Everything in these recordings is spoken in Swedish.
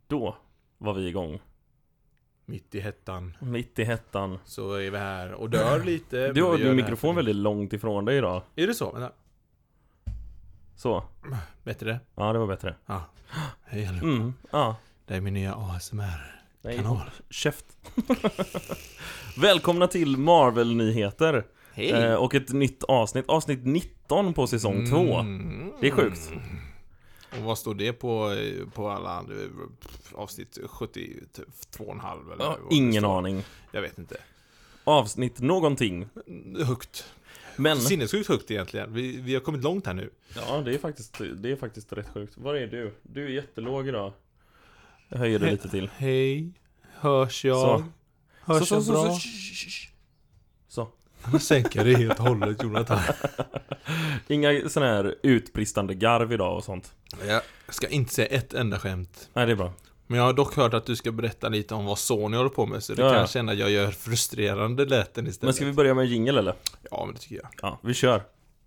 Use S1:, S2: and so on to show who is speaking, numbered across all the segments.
S1: Då var vi igång.
S2: Mitt i hettan. Så är vi här och dör lite.
S1: Du har din mikrofon väldigt långt ifrån dig idag.
S2: Är det så? Vänta.
S1: Så.
S2: Bättre?
S1: Ja, det var bättre.
S2: Ja. Hej allihopa.
S1: Ja.
S2: Det är min nya ASMR-kanal.
S1: Käft. Välkomna till Marvel-nyheter.
S2: Hej.
S1: Och ett nytt avsnitt. Avsnitt 19 på säsong 2. Det är sjukt.
S2: Och vad står det på alla avsnitt 72,5 eller?
S1: Ja, ingen aning.
S2: Jag vet inte.
S1: Avsnitt någonting.
S2: Högt.
S1: Men
S2: sinnessjukt högt egentligen. Vi har kommit långt här nu.
S1: ja, det är faktiskt rätt sjukt. Var är du? Du är jättelåg idag. Jag höjer det lite till.
S2: Hej. Hörs jag?
S1: Så.
S2: Hörs jag bra?
S1: Så.
S2: Jag sänker det helt och hållet, Jonathan.
S1: Inga sån här utbristande garv idag och sånt.
S2: Jag ska inte säga ett enda skämt.
S1: Nej, det är bra.
S2: Men jag har dock hört att du ska berätta lite om vad Sony håller på med. Så det
S1: Ja,
S2: kan
S1: ja.
S2: jag känna att jag gör frustrerande läten istället.
S1: Men ska vi börja med en jingle eller?
S2: Ja, men det tycker jag.
S1: Ja, vi kör.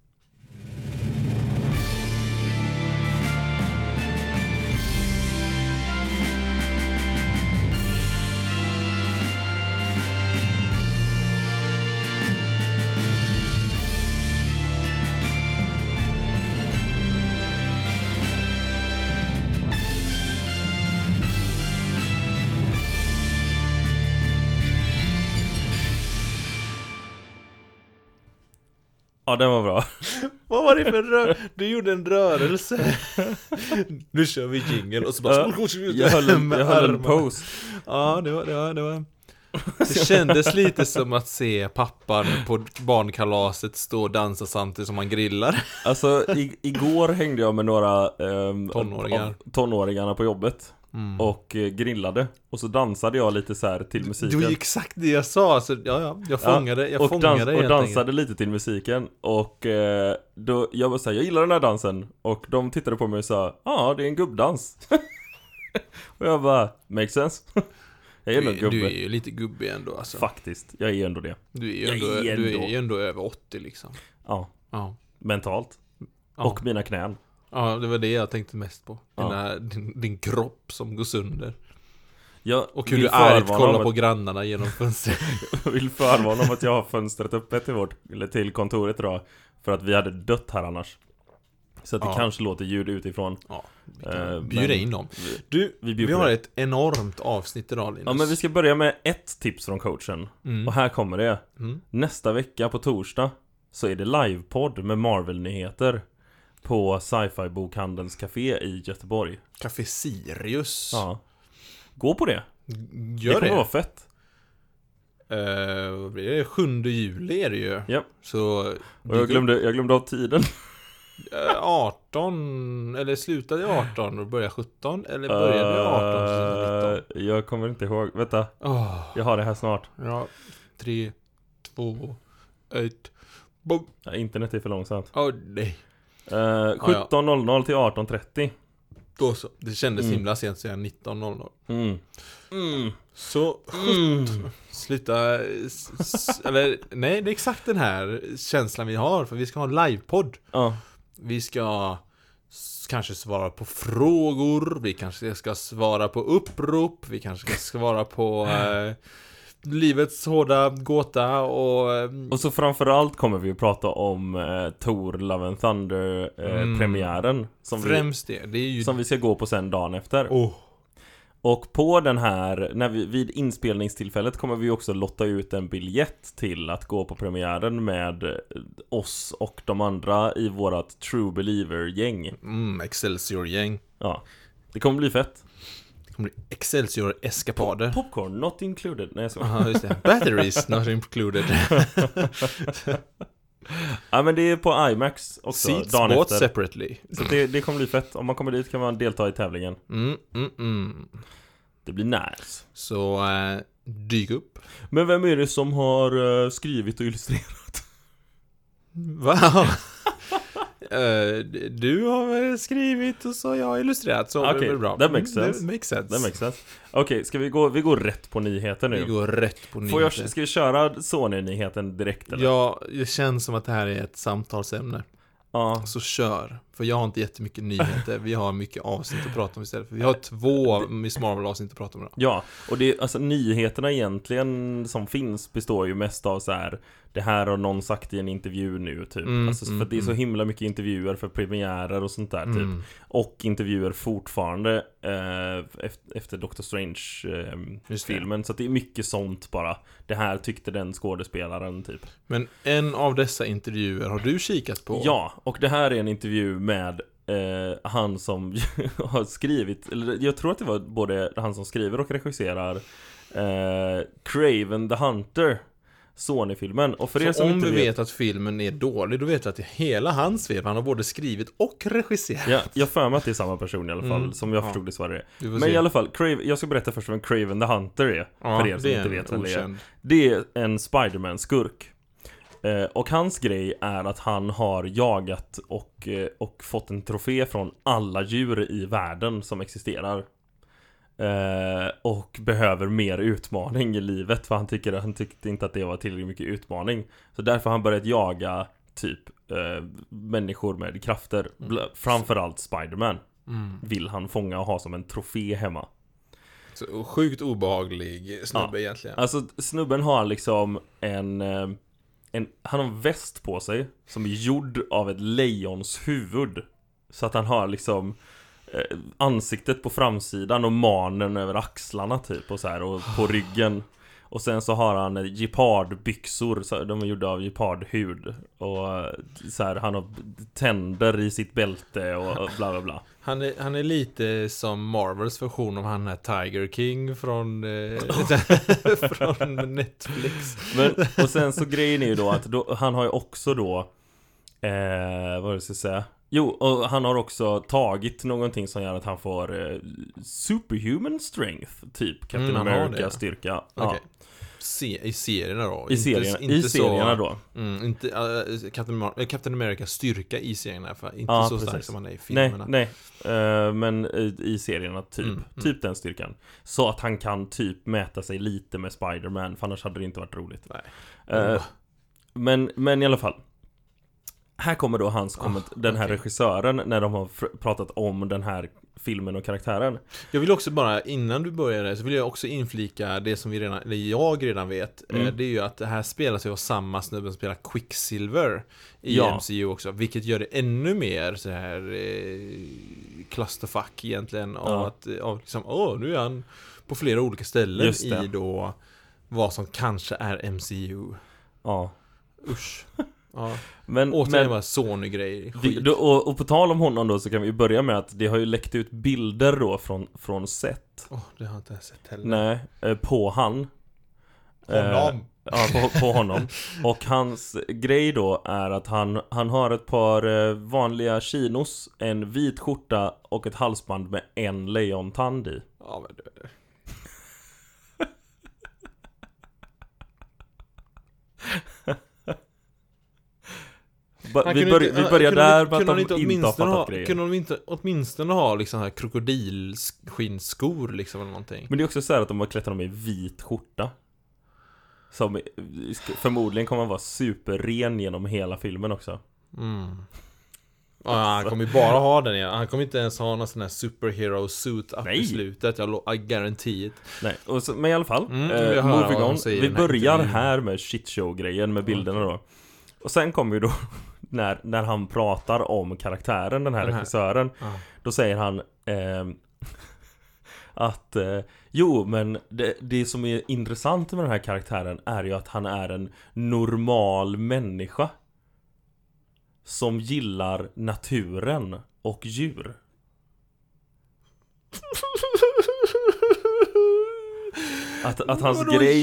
S1: Ja, den var bra.
S2: Vad var det för Du gjorde en rörelse. Nu kör vi jingle och så bara...
S1: Jag höll en pose.
S2: Ja, det var... Det kändes lite som att se pappan på barnkalaset stå och dansa samtidigt som man grillar.
S1: Alltså, igår hängde jag med några tonåringarna på jobbet. Och grillade. Och så dansade jag lite så här till musiken.
S2: Det var ju exakt det jag sa. Så, jag fångade
S1: och dansade lite till musiken. Och då, jag var så här, jag gillar den här dansen. Och de tittade på mig och sa, ja, det är en gubbdans. Och jag bara, makes sense. Jag är gubbe.
S2: Du är ju lite gubbig ändå alltså.
S1: Faktiskt, jag är ändå det.
S2: Du är ju ändå över 80 liksom.
S1: Ja,
S2: ja.
S1: Mentalt.
S2: Ja.
S1: Och mina knän.
S2: Ja, det var det jag tänkte mest på. Din kropp som går sönder. Och hur du argt kollar på grannarna genom fönstret.
S1: Jag vill förvarna om att jag har fönstret uppe till kontoret idag. För att vi hade dött här annars. Så att det kanske låter ljud utifrån.
S2: Ja, bjuda in dem. Vi har ett enormt avsnitt idag, Linus.
S1: Ja, men vi ska börja med ett tips från coachen. Och här kommer det. Nästa vecka på torsdag så är det livepodd med Marvel-nyheter på Sci-Fi Bokhandelns café i Göteborg.
S2: Café Sirius.
S1: Ja. Gå på det.
S2: Gör det.
S1: kommer vara fett.
S2: Det är 7 juli är det ju.
S1: Ja.
S2: Så
S1: och jag glömde av tiden.
S2: 18 eller slutade 18 och började 17 eller började 18
S1: 19? Jag kommer inte ihåg. Vänta. Jag har det här snart.
S2: Ja. 3 2 1
S1: Ja, internet är för långsamt.
S2: Nej.
S1: 17:00 till 18:30.
S2: Då så. Det kändes himla sent så 19:00. Så sluta eller nej, det är exakt den här känslan vi har, för vi ska ha en livepodd.
S1: Ja.
S2: Vi ska kanske svara på frågor, vi kanske ska svara på upprop, vi kanske ska svara på livets hårda gåta och
S1: så framförallt kommer vi att prata om Thor Love and Thunder premiären som
S2: främst det är ju
S1: som vi ska gå på sen dagen efter. Och på den här, vid inspelningstillfället kommer vi också lotta ut en biljett till att gå på premiären med oss och de andra i vårat True Believer-gäng.
S2: Excelsior-gäng.
S1: Ja, det kommer bli fett.
S2: Det kommer bli Excelsior-eskapader.
S1: Popcorn not included. Nej, jag ska...
S2: Aha, just det. Batteries not included.
S1: Ja, men det är på IMAX också.
S2: Seats
S1: dagen
S2: bought
S1: efter.
S2: Separately.
S1: Så det kommer bli fett. Om man kommer dit kan man delta i tävlingen. Det blir nice.
S2: Så dyk upp.
S1: Men vem är det som har skrivit och illustrerat?
S2: Va? Du har väl skrivit och så jag har illustrerat. Så det är bra.
S1: That makes sense.
S2: That makes sense.
S1: Okej, ska vi går rätt på nyheten nu?
S2: Vi går rätt på nyheten.
S1: Ska vi köra Sony-nyheten direkt eller?
S2: Ja, det känns som att det här är ett samtalsämne.
S1: Ja.
S2: Så kör. För jag har inte jättemycket nyheter. Vi har mycket avsnitt att prata om istället. För vi har 2 Miss Marvel-avsnitt att prata om.
S1: Ja, och det, alltså, nyheterna egentligen som finns består ju mest av så här: det här har någon sagt i en intervju nu typ. För det är så himla mycket intervjuer för premiärer och sånt där typ. Och intervjuer fortfarande efter Doctor Strange-filmen. Så att det är mycket sånt bara. Det här tyckte den skådespelaren typ.
S2: Men en av dessa intervjuer har du kikat på?
S1: Ja, och det här är en intervju med han som har skrivit, eller jag tror att det var både han som skriver och regisserar Kraven the Hunter, Sony-filmen. Och för
S2: så
S1: er som
S2: om
S1: inte
S2: du vet att filmen är dålig, då vet du att det är hela hans fel. Han har både skrivit och regisserat.
S1: Ja, jag för mig att det är samma person i alla fall, som jag förstod det så var det. Men se. I alla fall, jag ska berätta först vem Kraven the Hunter är, för er som inte vet vad det är. Det är en Spider-Man-skurk. Och hans grej är att han har jagat och fått en trofé från alla djur i världen som existerar. Och behöver mer utmaning i livet, för han tyckte inte att det var tillräckligt mycket utmaning. Så därför har han börjat jaga typ människor med krafter. Framförallt Spider-Man vill han fånga och ha som en trofé hemma.
S2: Så sjukt obehaglig snubbe egentligen.
S1: Alltså snubben har liksom han har en väst på sig som är gjord av ett lejons huvud. Så att han har liksom ansiktet på framsidan och manen över axlarna typ och så här, och på ryggen. Och sen så har han gepardbyxor, så de är gjorda av gepardhud. Och så här, han har tänder i sitt bälte och bla bla bla.
S2: Han är lite som Marvels version av han här Tiger King från från Netflix.
S1: Och sen så grejen är ju då att han har ju också då vad ska jag säga? Jo, och han har också tagit någonting som gör att han får superhuman strength, typ Captain America styrka.
S2: Okay. I serierna då?
S1: I serierna då.
S2: Inte Captain America styrka i serierna, för inte så stark som han är i filmerna.
S1: Nej. Men i serierna typ den styrkan. Så att han kan typ mäta sig lite med Spider-Man, för annars hade det inte varit roligt.
S2: Nej.
S1: Men i alla fall. Här kommer då den här regissören, när de har pratat om den här filmen och karaktären.
S2: Jag vill också bara, innan du börjar så vill jag också inflika det som jag redan vet. Det är ju att det här spelar sig av samma snubben som spelar Quicksilver i MCU också. Vilket gör det ännu mer så här clusterfuck egentligen. Av liksom, nu är han på flera olika ställen i då vad som kanske är MCU.
S1: Ja.
S2: Usch. Ja. Men var Sony-grej.
S1: Och på tal om honom då, så kan vi börja med att det har ju läckt ut bilder då från set.
S2: Det har jag inte sett heller.
S1: Nej, på honom. På honom. Och hans grej då är att han har ett par vanliga chinos, en vit skjorta och ett halsband med en lejontand i.
S2: Ja, men det.
S1: Vi börjar där med att de inte har fattat grejer.
S2: Kunde de inte åtminstone ha liksom här krokodilskinnskor liksom eller någonting?
S1: Men det är också så här att de har klätt dem i vit skjorta, som förmodligen kommer att vara superren genom hela filmen också.
S2: Han kommer ju bara ha den igen. Han kommer inte ens ha någon sån här superhero suit up i slutet. I guarantee it.
S1: Nej, men i alla fall moving on. Vi börjar här med shitshow-grejen med bilderna då. Och sen kommer vi då när han pratar om karaktären, den här regissören. Då säger han att men det som är intressant med den här karaktären är ju att han är en normal människa som gillar naturen och djur. Att hans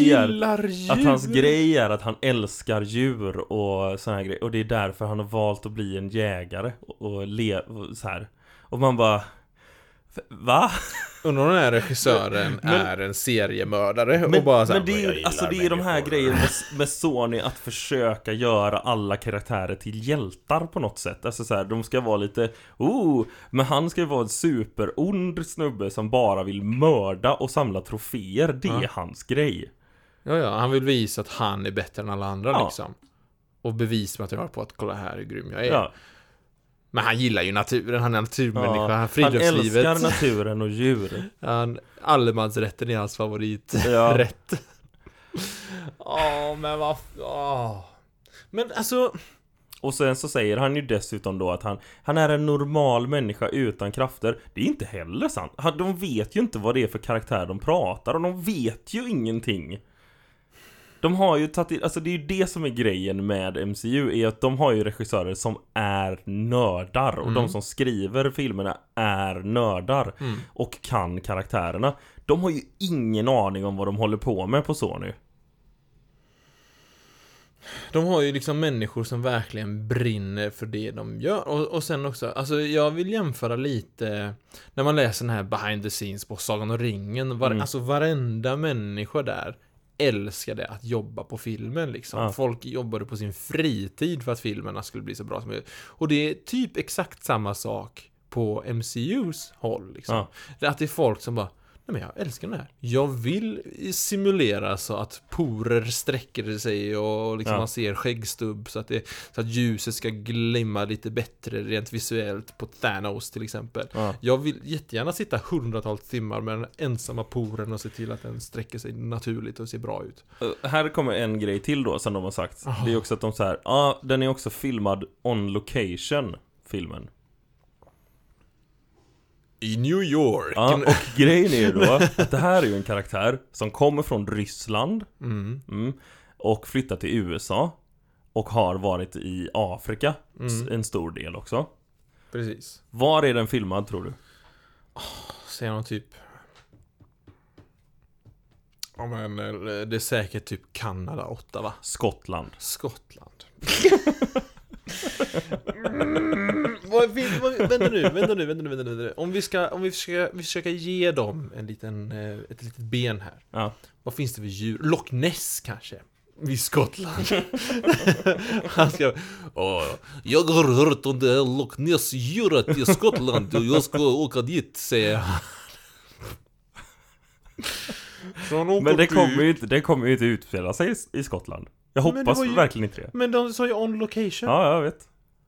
S1: grej är att han älskar djur och såna här grejer. Och det är därför han har valt att bli en jägare och så här. Och man bara, va?
S2: Undrar om den här regissören är en seriemördare och bara så här,
S1: men det är de här grejerna med Sony, att försöka göra alla karaktärer till hjältar på något sätt. Alltså så här, de ska vara lite men han ska ju vara en superond snubbe som bara vill mörda och samla troféer. Det är hans grej.
S2: Ja, han vill visa att han är bättre än alla andra liksom. Och bevismaterial på att kolla här hur grym jag är. Men han gillar ju naturen, han är naturmänniska, han friluftslivet.
S1: Han älskar naturen och djur.
S2: Allemansrätten är hans favoriträtt. Men vad... Men alltså...
S1: Och sen så säger han ju dessutom då att han är en normal människa utan krafter. Det är inte heller sant. De vet ju inte vad det är för karaktär de pratar, och de vet ju ingenting. De har ju tagit, alltså det är ju det som är grejen med MCU, är att de har ju regissörer som är nördar, och de som skriver filmerna är nördar och kan karaktärerna. De har ju ingen aning om vad de håller på med på Sony.
S2: De har ju liksom människor som verkligen brinner för det de gör. Och sen också, alltså jag vill jämföra lite när man läser den här behind the scenes på Sagan och ringen. Alltså varenda människa där älskade att jobba på filmen liksom. Ja. Folk jobbade på sin fritid för att filmerna skulle bli så bra som möjligt. Och det är typ exakt samma sak på MCUs håll liksom. Ja. Att det är folk som bara, nej men jag älskar det här. Jag vill simulera så att porer sträcker sig och liksom man ser skäggstubb så att ljuset ska glimma lite bättre rent visuellt på Thanos till exempel. Ja. Jag vill jättegärna sitta hundratals timmar med den ensamma poren och se till att den sträcker sig naturligt och ser bra ut.
S1: Här kommer en grej till då som de har sagt. Det är också att de så här, den är också filmad on location, filmen.
S2: I New York.
S1: Ja, och grejen är ju då att det här är ju en karaktär som kommer från Ryssland och flyttar till USA och har varit i Afrika en stor del också.
S2: Precis.
S1: Var är den filmad, tror du?
S2: Säger någon typ... Ja, men det är säkert typ Kanada, Ottawa.
S1: Skottland.
S2: Vänta nu. Om vi ska försöka ge dem ett litet ben här. Ja. Vad finns det för djur? Loch Ness kanske. Vid Skottland. Han ska... jag har hört om det här Loch Ness-djuret i Skottland och jag ska åka dit, säger han.
S1: Men det kommer ju inte utspela sig i Skottland. Jag hoppas verkligen inte det.
S2: Men de sa ju on location.
S1: Ja, jag vet.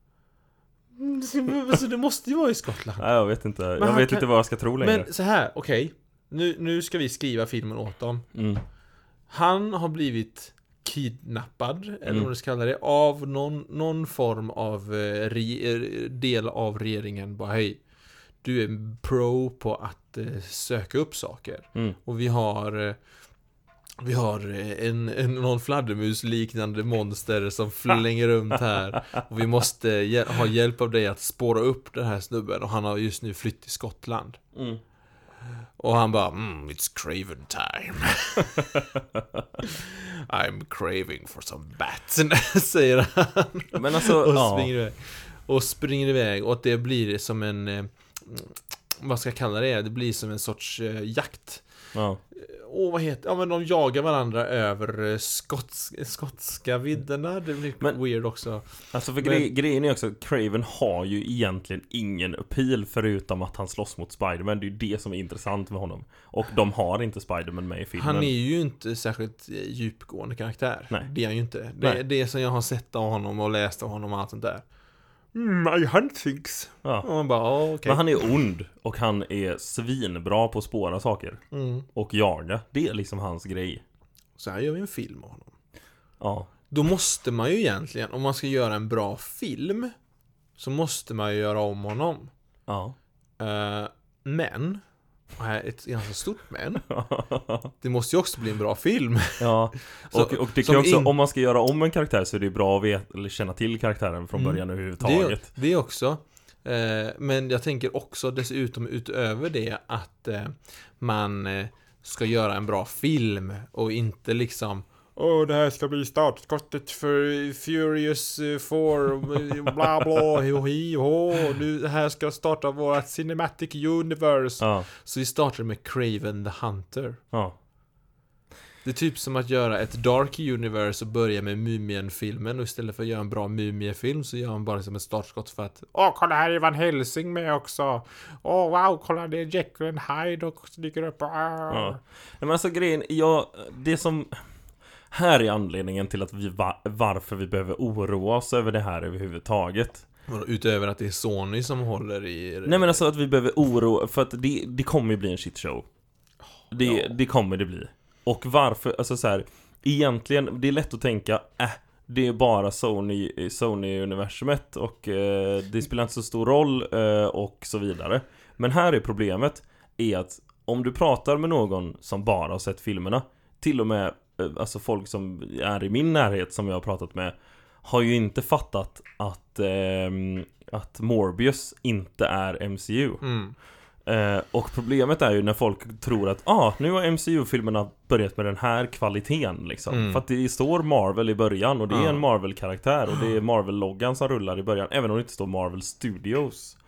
S2: Så det måste ju vara i Skottland.
S1: Nej, jag vet inte. Jag vet inte vad jag ska tro längre.
S2: Men så här, okej. Nu ska vi skriva filmen åt dem. Han har blivit kidnappad, eller vad du ska kalla det, av någon form av del av regeringen. Bara, hej, du är pro på att söka upp saker. Och vi har någon fladdermus liknande monster som flänger runt här, och vi måste ha hjälp av dig att spåra upp den här snubben, och han har just nu flytt till Skottland. Och han bara, it's craven time. I'm craving for some bats, säger han. Men alltså, och springer iväg, och att det blir som en vad ska jag kalla det? Det blir som en sorts jakt. Ja. Vad heter... Ja, men de jagar varandra över skotska vidderna. Det blir weird också.
S1: Alltså för grejen är också att Craven har ju egentligen ingen appeal förutom att han slåss mot Spider-Man. Det är ju det som är intressant med honom. Och de har inte Spider-Man med i filmen.
S2: Han är ju inte särskilt djupgående karaktär. Nej. Det är han ju inte. Det som jag har sett av honom och läst av honom och allt sånt där. I hunt things.
S1: Ja. Och man bara, okay. Men han är ond och han är svinbra på att spåra saker och jaga. Det är liksom hans grej.
S2: Så här gör vi en film av honom. Ja. Då måste man ju egentligen, om man ska göra en bra film, så måste man ju göra om honom. Ja. Men, och här är ett ganska stort men, det måste ju också bli en bra film.
S1: Ja. Och det kan också, om man ska göra om en karaktär, så är det bra att veta, eller känna till karaktären från början överhuvudtaget.
S2: Det också. Men jag tänker också dessutom utöver det att man ska göra en bra film och inte liksom det här ska bli startskottet för Furious 4 bla bla nu det här ska starta vårt Cinematic Universe. Ja. Så vi startar med Craven the Hunter. Ja. Det är typ som att göra ett Dark Universe och börja med Mumien-filmen, och istället för att göra en bra Mumien-film så gör man bara som ett startskott för att kolla här är Van Helsing med också. Wow, kolla det är Jekyll and Hyde och dyker upp.
S1: Ja. Men alltså grejen, det som här är anledningen till att varför vi behöver oroa oss över det här överhuvudtaget.
S2: Utöver att det är Sony som håller i...
S1: Nej, men alltså att vi behöver oro. För att det kommer ju bli en shitshow. Det kommer det bli. Och varför, alltså så här, egentligen, det är lätt att tänka, det är bara Sony-universumet och det spelar inte så stor roll och så vidare. Men här är problemet, är att om du pratar med någon som bara har sett filmerna, till och med alltså folk som är i min närhet som jag har pratat med, har ju inte fattat att Morbius inte är MCU. Och problemet är ju när folk tror att nu har MCU-filmerna börjat med den här kvaliteten liksom. För att det står Marvel i början och det är en Marvel-karaktär och det är Marvel-loggan som rullar i början, även om det inte står Marvel Studios.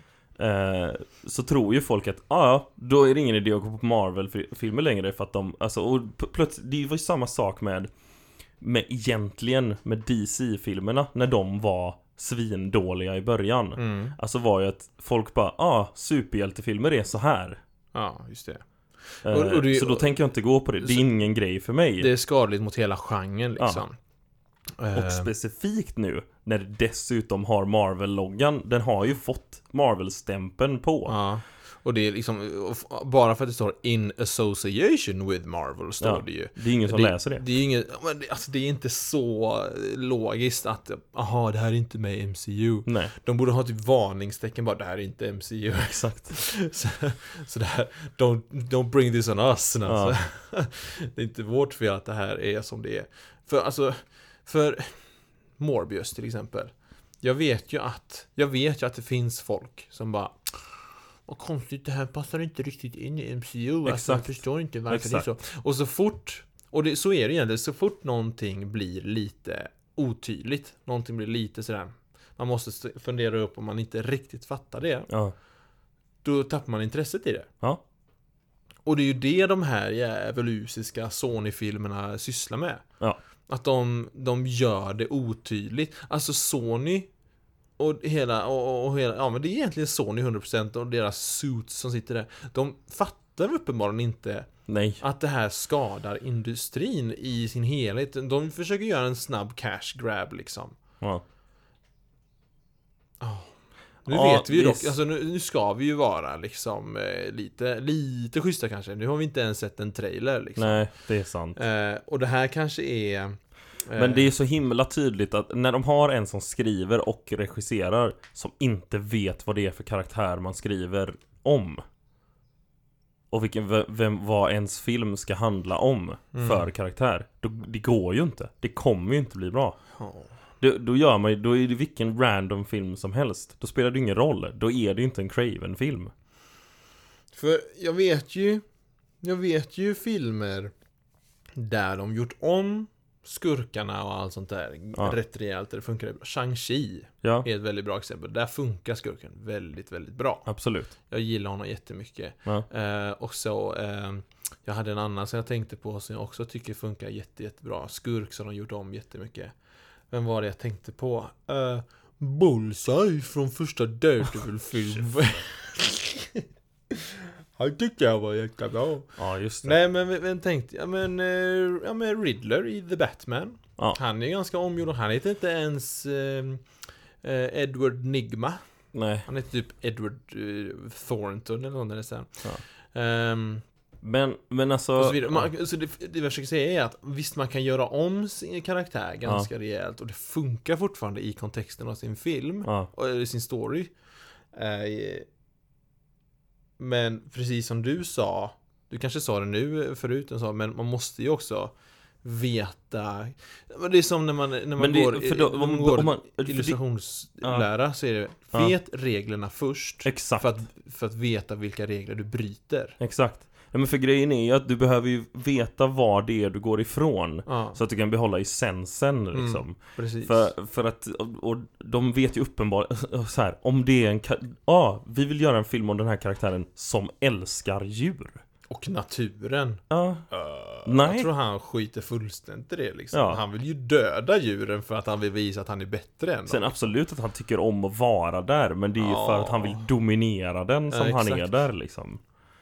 S1: Så tror ju folk att då är det ingen idé att gå på Marvel-filmer längre, för att de, alltså, och plötsligt, det var ju samma sak med egentligen med DC-filmerna när de var svindåliga i början. Alltså var ju att folk bara, superhjältefilmer är så här.
S2: Ja, just det.
S1: Så då tänker jag inte gå på det. Det är ingen grej för mig.
S2: Det är skadligt mot hela genren liksom.
S1: Och specifikt nu när det dessutom har Marvel-loggan. Den har ju fått Marvel-stämpeln på.
S2: Ja. Och det är liksom, bara för att det står in association with Marvel står det ju.
S1: Det är ingen som läser det.
S2: Det är inget, alltså det är inte så logiskt att det här är inte med i MCU.
S1: Nej.
S2: De borde ha typ varningstecken bara, det här är inte MCU.
S1: Exakt.
S2: så det här, don't bring this on us. Alltså. Det är inte vårt fel att det här är som det är. För Morbius till exempel. Jag vet ju att det finns folk som bara, vad konstigt, det här passar inte riktigt in i MCU. Alltså, jag förstår inte varför det är så. Och så fort, så är det egentligen, så fort någonting blir lite otydligt, någonting blir lite sådär, man måste fundera upp om man inte riktigt fattar det.
S1: Ja.
S2: Då tappar man intresset i det.
S1: Ja.
S2: Och det är ju det de här jävelusiska Sony-filmerna sysslar med.
S1: Ja.
S2: Att de gör det otydligt. Alltså Sony och hela, men det är egentligen Sony 100% och deras suits som sitter där. De fattar uppenbarligen inte att det här skadar industrin i sin helhet. De försöker göra en snabb cash grab liksom.
S1: Ja.
S2: Nu vet vi ju dock, alltså nu ska vi ju vara liksom lite schyssta kanske. Nu har vi inte ens sett en trailer liksom.
S1: Nej, det är sant.
S2: Och det här kanske är...
S1: Men det är så himla tydligt att när de har en som skriver och regisserar som inte vet vad det är för karaktär man skriver om och vad ens film ska handla om för karaktär, det går ju inte. Det kommer ju inte bli bra. Då är det vilken random film som helst. Då spelar det ingen roll. Då är det inte en Craven-film.
S2: För jag vet ju filmer där de gjort om skurkarna och allt sånt där rätt rejält. Det funkar bra. Shang-Chi är ett väldigt bra exempel. Där funkar skurken väldigt, väldigt bra.
S1: Absolut.
S2: Jag gillar honom jättemycket. Och så jag hade en annan som jag tänkte på som jag också tycker funkar jättebra. Skurk som de gjort om jättemycket. Vem var det jag tänkte på? Bullseye från första Daredevil-film. Han tyckte jag var jättebra.
S1: Ja, just det.
S2: Nej, men vem tänkte jag? Men Riddler i The Batman. Ja. Han är ganska omgjord och han heter inte ens Edward Nigma.
S1: Nej.
S2: Han heter typ Edward Thornton eller något där.
S1: Ja. Men alltså...
S2: Så det jag försöker säga är att visst, man kan göra om sin karaktär ganska rejält och det funkar fortfarande i kontexten av sin film och sin story. Men precis som du sa, du kanske sa det nu förut, men man måste ju också veta. Det är som när man går illustrationslära, så är det vet reglerna först.
S1: Exakt.
S2: För att veta vilka regler du bryter.
S1: Exakt. Ja, men för grejen är ju att du behöver ju veta vad det är du går ifrån så att du kan behålla essensen liksom.
S2: Precis.
S1: För att och de vet ju uppenbarligen så här, om det är vi vill göra en film om den här karaktären som älskar djur
S2: och naturen.
S1: Nej.
S2: Jag tror han skiter fullständigt i det liksom. Han vill ju döda djuren för att han vill visa att han är bättre än dem.
S1: Sen absolut att han tycker om att vara där, men det är ju för att han vill dominera den som han är där liksom.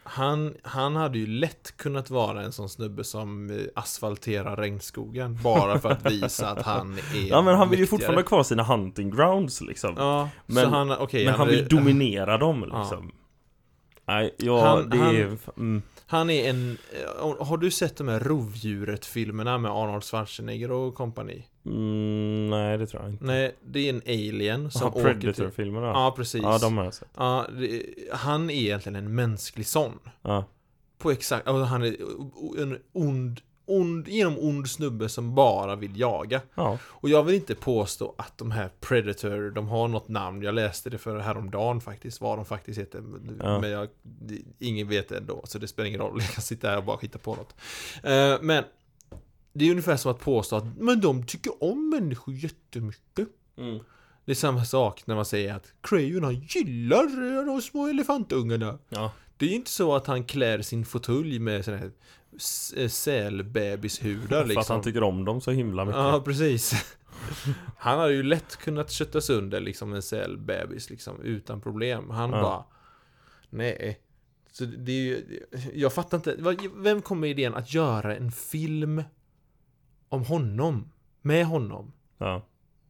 S2: han hade ju lätt kunnat vara en sån snubbe som asfalterar regnskogen bara för att visa att han är
S1: Ja, men han vill ju
S2: mäktigare.
S1: fortfarande ha kvar sina hunting grounds liksom.
S2: Ja,
S1: men
S2: så
S1: han vill dominera dem liksom. Nej, han
S2: är en... Har du sett de här Rovdjuret-filmerna med Arnold Schwarzenegger och kompani?
S1: Nej, det tror jag inte.
S2: Nej, det är en alien som åker
S1: Predator-filmerna.
S2: Ja, precis.
S1: Ja, de har jag sett.
S2: Ja, han är egentligen en mänsklig sån.
S1: Ja.
S2: På exakt... Alltså, han är en ond snubbe som bara vill jaga.
S1: Ja.
S2: Och jag vill inte påstå att de här Predator, de har något namn. Jag läste det för häromdagen faktiskt, vad de faktiskt heter.
S1: Ja.
S2: Men ingen vet det ändå, så det spelar ingen roll. Jag kan sitta här och bara hitta på något. Men det är ungefär som att påstå att men de tycker om människor jättemycket.
S1: Mm.
S2: Det är samma sak när man säger att Crayon, han gillar de små elefantungarna.
S1: Ja.
S2: Det är inte så att han klär sin fåtölj med sån här sälbebishudar liksom.
S1: För att han tycker om dem så himla mycket.
S2: Ja, precis. Han hade ju lätt kunnat kötta sönder liksom en sälbebis liksom utan problem. Han bara nej. Så det är ju, jag fattar inte. Vem kom med idén att göra en film om honom? Med honom?
S1: Ja.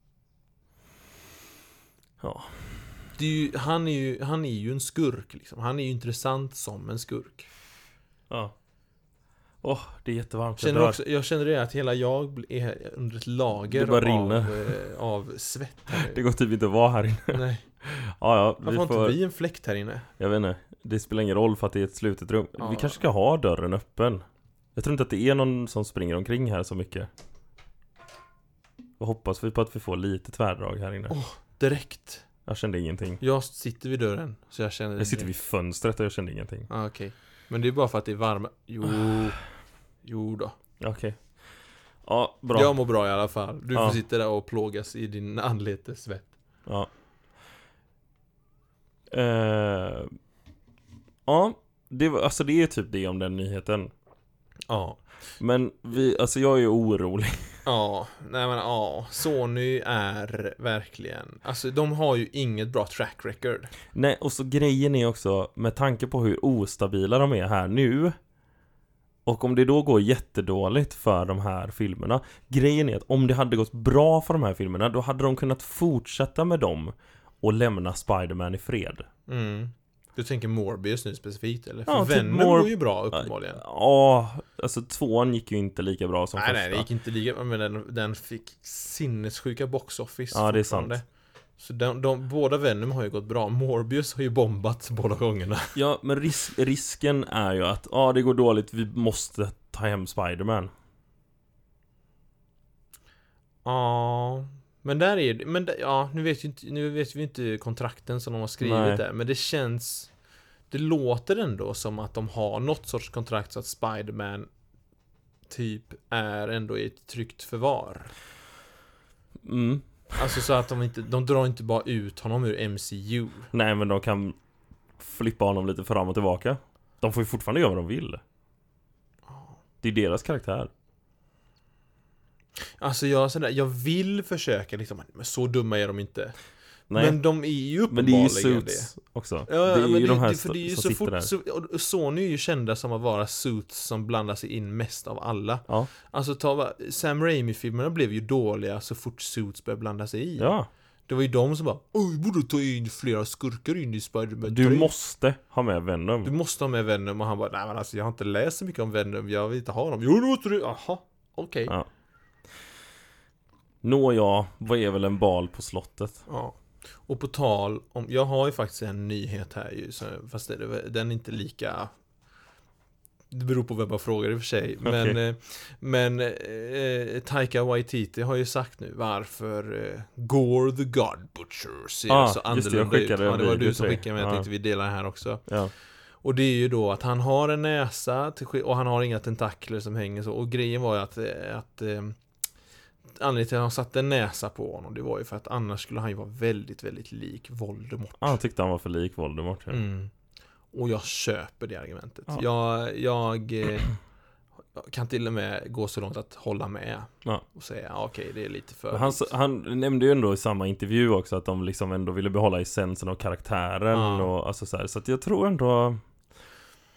S1: Ja.
S2: Det är ju, han är ju en skurk liksom. Han är ju intressant som en skurk.
S1: Ja. Det är jättevarmt.
S2: Jag känner det att hela jag är under ett lager av svett här nu.
S1: Det går typ inte att vara här inne.
S2: Nej.
S1: Ja,
S2: Varför har inte vi en fläkt här inne?
S1: Jag vet inte. Det spelar ingen roll för att det är ett slutet rum.
S2: Ja.
S1: Vi kanske ska ha dörren öppen. Jag tror inte att det är någon som springer omkring här så mycket. Och hoppas vi på att vi får lite tvärdrag här inne.
S2: Direkt.
S1: Jag kände ingenting.
S2: Jag sitter vid dörren så jag känner.
S1: Jag sitter vid fönstret och jag kände ingenting.
S2: Okej. Men det är bara för att det är varmt. Jo då.
S1: Okej. Ja, bra.
S2: Jag mår bra i alla fall. Du får sitta där och plågas i din anletes svett.
S1: Ja. Ja, det är typ det om den nyheten.
S2: Ja.
S1: Men jag är ju orolig.
S2: Sony är verkligen, alltså de har ju inget bra track record.
S1: Nej, och så grejen är också, med tanke på hur ostabila de är här nu, och om det då går jättedåligt för de här filmerna, grejen är att om det hade gått bra för de här filmerna, då hade de kunnat fortsätta med dem och lämna Spider-Man i fred.
S2: Du tänker Morbius nu specifikt, eller? För
S1: Ja,
S2: Venom går ju bra uppenbarligen.
S1: Ja, alltså 2:an gick ju inte lika bra som första.
S2: Nej, det gick inte lika, men den fick sinnessjuka box office.
S1: Ja, det är sant.
S2: Så båda Venom har ju gått bra. Morbius har ju bombat båda gångerna.
S1: Ja, men risken är ju att det går dåligt, vi måste ta hem Spider-Man.
S2: Ja, men där är det, nu vet vi inte kontrakten som de har skrivit där, men det låter ändå som att de har något sorts kontrakt så att Spider-Man typ är ändå i ett tryggt förvar. Alltså så att de drar inte bara ut honom ur MCU.
S1: Nej, men de kan flippa honom lite fram och tillbaka. De får ju fortfarande göra vad de vill. Det är deras karaktär.
S2: Alltså jag vill försöka liksom, men så dumma är de inte.
S1: Nej.
S2: Men de är ju uppenbarligen
S1: det. Men det är ju Suits också.
S2: Ja,
S1: det är
S2: men
S1: ju de här
S2: för det är ju
S1: som
S2: så
S1: sitter
S2: fort
S1: där.
S2: Sony är ju kända som att vara Suits som blandar sig in mest av alla.
S1: Ja.
S2: Alltså Sam Raimi-filmerna blev ju dåliga så fort Suits började blanda sig i.
S1: Ja.
S2: Det var ju de som bara, vi borde ta in flera skurkar in i Spider-Man 3.
S1: Du måste ha med Venom.
S2: Du måste ha med Venom. Och han bara, nej men alltså jag har inte läst så mycket om Venom. Jag vill inte ha dem. Jo, nu måste du. Jaha, okej.
S1: Ja. Vad är väl en bal på slottet?
S2: Ja. Och på tal om, jag har ju faktiskt en nyhet här ju, fast den är inte lika, det beror på vem man frågar i och för sig.
S1: Okay.
S2: Men Taika Waititi har ju sagt nu varför Gore the God Butcher ser så annorlunda ut. Det var du som skickade med, jag tänkte vi delar här också.
S1: Ja.
S2: Och det är ju då att han har en näsa och han har inga tentakler som hänger så. Och grejen var ju att anledningen till att han satte en näsa på honom, det var ju för att annars skulle han ju vara väldigt, väldigt lik Voldemort.
S1: Han tyckte han var för lik Voldemort. Ja.
S2: Och jag köper det argumentet. Ja. Jag kan till och med gå så långt att hålla med och säga okej, det är lite för...
S1: Han nämnde ju ändå i samma intervju också att de liksom ändå ville behålla essensen av karaktären och alltså så här, så att jag tror ändå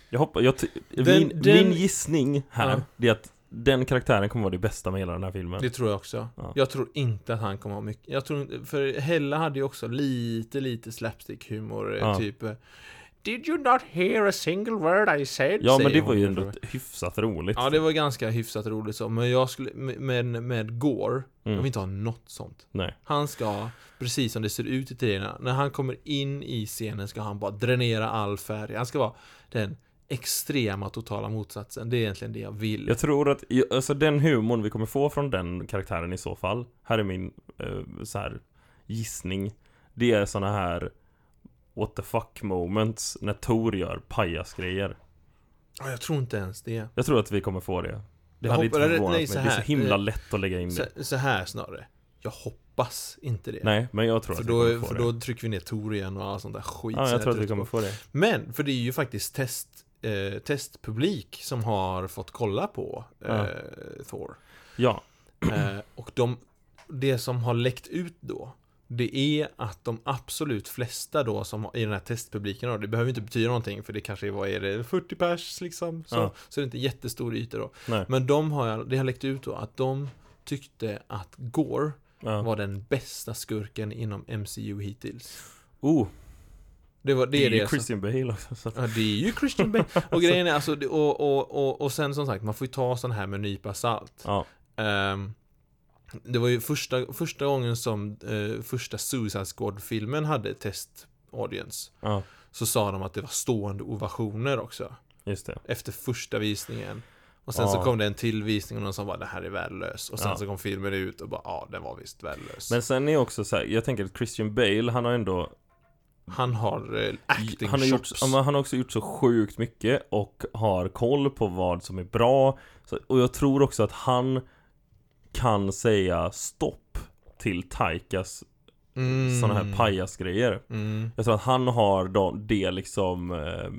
S1: Jag hoppas, min gissning här, det är att den karaktären kommer vara det bästa med hela den här filmen.
S2: Det tror jag också. Ja. Jag tror inte att han kommer ha mycket. Jag tror, för Hella hade ju också lite slapstick-humor, typ Did you not hear a single word I said?
S1: Ja, men det var ju ändå hyfsat roligt.
S2: Ja, det var ganska hyfsat roligt så. Men jag skulle, med Gore, jag vill inte ha något sånt.
S1: Nej.
S2: Han ska, precis som det ser ut i tiderna, när han kommer in i scenen ska han bara dränera all färg. Han ska vara den extrema totala motsatsen. Det är egentligen det jag vill.
S1: Jag tror att alltså, den humorn vi kommer få från den karaktären i så fall, här är min så här gissning. Det är såna här what the fuck moments när Thor gör pajasgrejer.
S2: Ja, jag tror inte ens det.
S1: Jag tror att vi kommer få det. Det hade inte förvånat mig. Det är så himla lätt att lägga in det.
S2: Så här snarare. Jag hoppas inte det.
S1: Nej, men jag tror att vi kommer få det.
S2: För då trycker vi ner Thor igen och allt sånt där skit.
S1: Ja, jag tror att vi kommer få det.
S2: Men, för det är ju faktiskt testpublik som har fått kolla på Thor.
S1: Ja.
S2: Och det som har läckt ut då, det är att de absolut flesta då som i den här testpubliken då, det behöver inte betyda någonting för det kanske är 40 pers liksom, så det är inte jättestor yta då.
S1: Nej.
S2: Men det har läckt ut då att de tyckte att Gore var den bästa skurken inom MCU hittills. Det är ju
S1: Christian Bale också, så.
S2: Ja, det är ju Christian Bale. Och grejen är alltså, och sen som sagt, man får ju ta sån här med en nypa salt.
S1: Ja.
S2: Det var ju första gången som första Suicide Squad-filmen hade test audience.
S1: Ja.
S2: Så sa de att det var stående ovationer också.
S1: Just det.
S2: Efter första visningen. Och sen så kom det en till visning och någon som bara, det här är värdelös. Och sen så kom filmen ut och bara, den var visst värdelös.
S1: Men sen är också så här, jag tänker att Christian Bale, han har ändå
S2: acting
S1: han har också gjort så sjukt mycket och har koll på vad som är bra. Och jag tror också att han kan säga stopp till Taikas såna här pajasgrejer. Jag tror att han har det liksom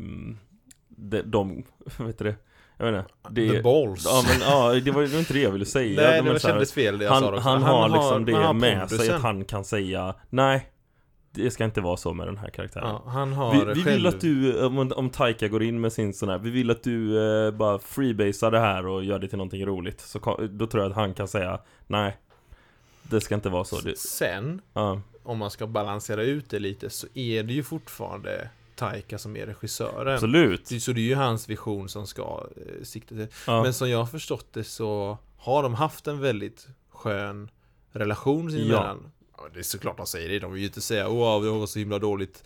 S1: vet du det? Jag vet inte.
S2: The balls.
S1: Ja, men det var inte det jag ville säga.
S2: Nej, det kändes fel det jag sa också.
S1: Han har liksom det med sig att han kan säga nej, det ska inte vara så med den här karaktären.
S2: Ja, han har
S1: vi vill att du, om Taika går in med sin sån här, vi vill att du bara freebasar det här och gör det till någonting roligt. Så då tror jag att han kan säga nej, det ska inte vara så.
S2: Sen, om man ska balansera ut det lite, så är det ju fortfarande Taika som är regissören.
S1: Absolut.
S2: Så det är ju hans vision som ska sikta till. Men som jag har förstått det så har de haft en väldigt skön relation sinsemellan. Ja, det är såklart de säger det. De vill ju inte säga det var så himla dåligt.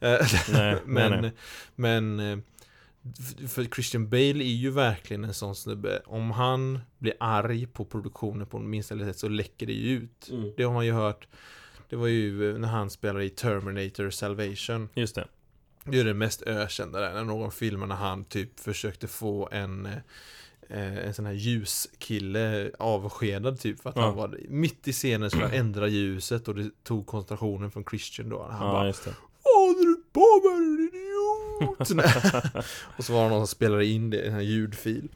S2: Men för Christian Bale är ju verkligen en sån snubbe. Om han blir arg på produktionen på minsta sätt så läcker det ju ut. Det har man ju hört. Det var ju när han spelade i Terminator Salvation.
S1: Just det.
S2: Det är det mest ökända där. När någon filmar när han typ försökte få en sån här ljuskille avskedad typ för att han var mitt i scenen skulle ändra ljuset och det tog koncentrationen från Christian då. Han bara,
S1: just det.
S2: du på mig, idiot! Och så var det någon som spelade in det i en här ljudfil.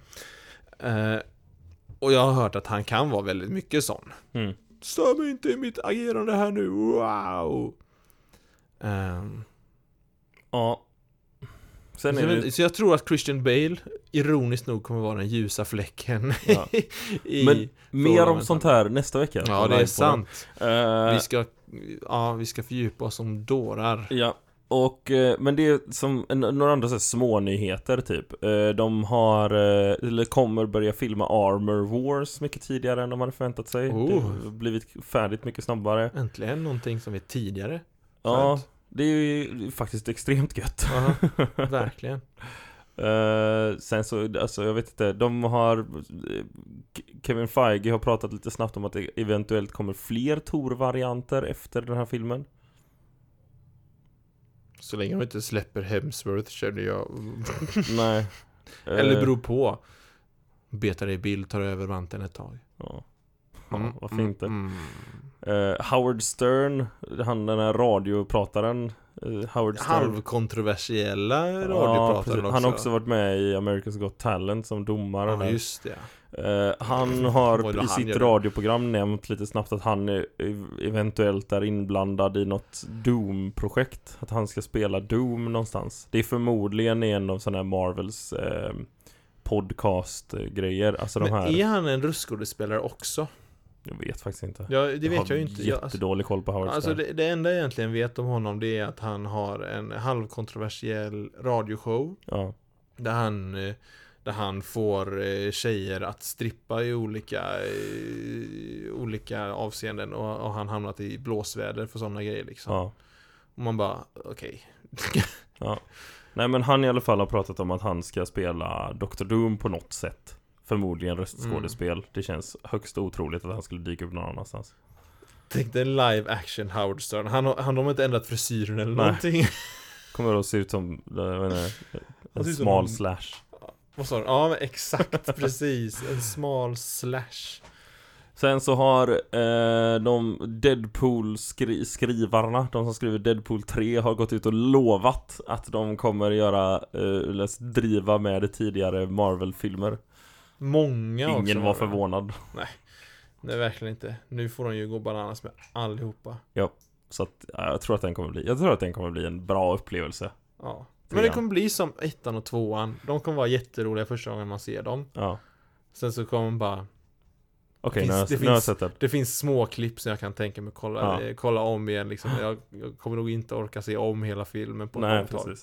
S2: Och jag har hört att han kan vara väldigt mycket sån. Stör mig inte i mitt agerande här nu, wow!
S1: Ja.
S2: Så jag tror att Christian Bale ironiskt nog kommer vara den ljusa fläcken.
S1: Men mer om sånt här nästa vecka.
S2: Ja, det är sant. Vi ska fördjupa oss som dårar.
S1: Ja. Och, men det är som några andra så här små nyheter typ. De har eller kommer börja filma Armor Wars mycket tidigare än de hade förväntat sig. Det har blivit färdigt mycket snabbare.
S2: Äntligen någonting som är tidigare.
S1: Ja. Det är ju faktiskt extremt gött.
S2: Verkligen.
S1: Sen så, alltså jag vet inte, de har Kevin Feige har pratat lite snabbt om att det eventuellt kommer fler Thor-varianter efter den här filmen.
S2: Så länge de inte släpper Hemsworth känner jag.
S1: Nej.
S2: Eller beror på. Betar i bild tar över vanten ett tag.
S1: Ja, varför inte? Howard Stern, han den här radioprataren Howard Stern.
S2: Halvkontroversiella radiopratare också.
S1: Han har också varit med i America's Got Talent som domare.
S2: Ja, just det.
S1: Han har i sitt radioprogram nämnt lite snabbt att han eventuellt är inblandad i något Doom-projekt. Att han ska spela Doom någonstans. Det är förmodligen en av sådana här Marvels podcast-grejer. Alltså
S2: men
S1: de här...
S2: är han en röstskådespelare också?
S1: Jag vet faktiskt inte.
S2: Ja, det vet jag ju inte.
S1: Jättedålig koll på Howard Stern.
S2: Alltså det enda jag egentligen vet om honom, det är att han har en halvkontroversiell radioshow.
S1: Ja.
S2: Där han får tjejer att strippa i olika avseenden, och han hamnat i blåsväder för sådana grejer liksom.
S1: Ja.
S2: Och man bara, okej.
S1: Ja. Nej, men han i alla fall har pratat om att han ska spela Dr. Doom på något sätt. Förmodligen röstskådespel. Det känns högst otroligt att han skulle dyka upp någon annanstans.
S2: Tänk dig en live action Howard Stern. Han har inte ändrat frisyren eller någonting.
S1: Kommer att se ut som en smal slash.
S2: Vad sa du? Ja, men exakt, precis. En smal slash.
S1: Sen så har de Deadpool-skrivarna, de som skriver Deadpool 3, har gått ut och lovat att de kommer driva med det tidigare Marvel-filmer. Ingen var förvånad.
S2: Nej, det är verkligen inte. Nu får de ju gå bananas med allihopa.
S1: Ja, så att, jag tror att den kommer bli en bra upplevelse.
S2: Ja. Men det kommer bli som 1 och 2. De kommer vara jätteroliga första gången man ser dem.
S1: Ja.
S2: Sen så kommer man bara...
S1: Okej, nu har jag sett det.
S2: Det finns små klipp som jag kan tänka mig kolla om igen liksom. Jag kommer nog inte orka se om hela filmen på
S1: Nej, precis.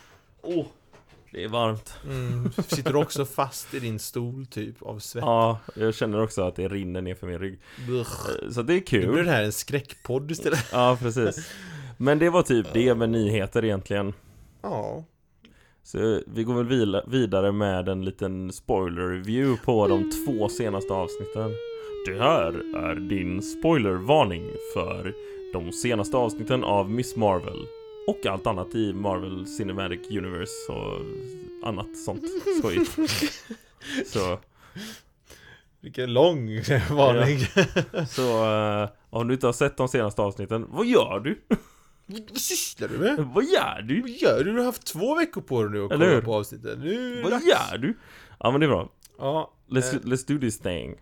S1: Det är varmt.
S2: Sitter du också fast i din stol typ av svett?
S1: Ja, jag känner också att det rinner ner för min rygg. Så det är kul.
S2: Nu blir det här en skräckpodd istället.
S1: Ja, precis. Men det var typ det med nyheter egentligen.
S2: Ja.
S1: Så vi går väl vidare med en liten spoiler-review på de 2 senaste avsnitten. Det här är din spoilervarning för de senaste avsnitten av Miss Marvel. Och allt annat i Marvel Cinematic Universe och annat sånt skojigt. Så.
S2: Vilken lång varning.
S1: Ja. Så om du inte har sett de senaste avsnitten, vad gör du?
S2: Vad sysslar du med?
S1: Vad gör du?
S2: Du har haft 2 veckor på dig nu att kolla på avsnittet.
S1: Vad gör du? Ja, men det är bra.
S2: Ja,
S1: let's do this thing.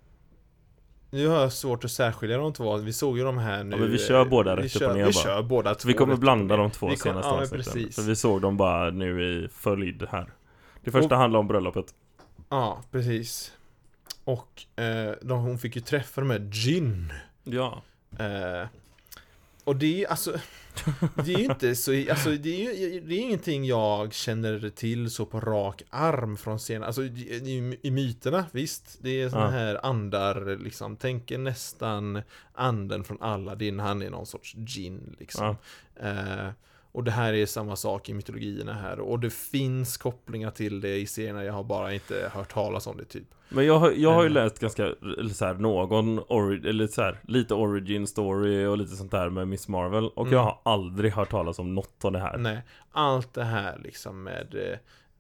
S2: Nu har jag svårt att särskilja de 2. Vi såg ju de här nu.
S1: Ja, men vi kör båda rätt upp och ner.
S2: Vi kör båda 2.
S1: Vi kommer blanda de 2 senaste avsnitten. För vi såg dem bara nu i följd här. Det första handlar om bröllopet.
S2: Ja, precis. Och hon fick ju träffa med Jin.
S1: Ja.
S2: Och det är alltså det är ju inte så, alltså det är ingenting jag känner till så på rak arm från scenen. Alltså i myterna, visst, det är såna här andar liksom. Tänker nästan anden från Aladdin, han är någon sorts djinn liksom. Och det här är samma sak i mytologierna här. Och det finns kopplingar till det i serierna. Jag har bara inte hört talas om det typ.
S1: Men jag har ju läst ganska så här, lite origin story och lite sånt där med Miss Marvel. Och jag har aldrig hört talas om något av det här.
S2: Nej, allt det här liksom med...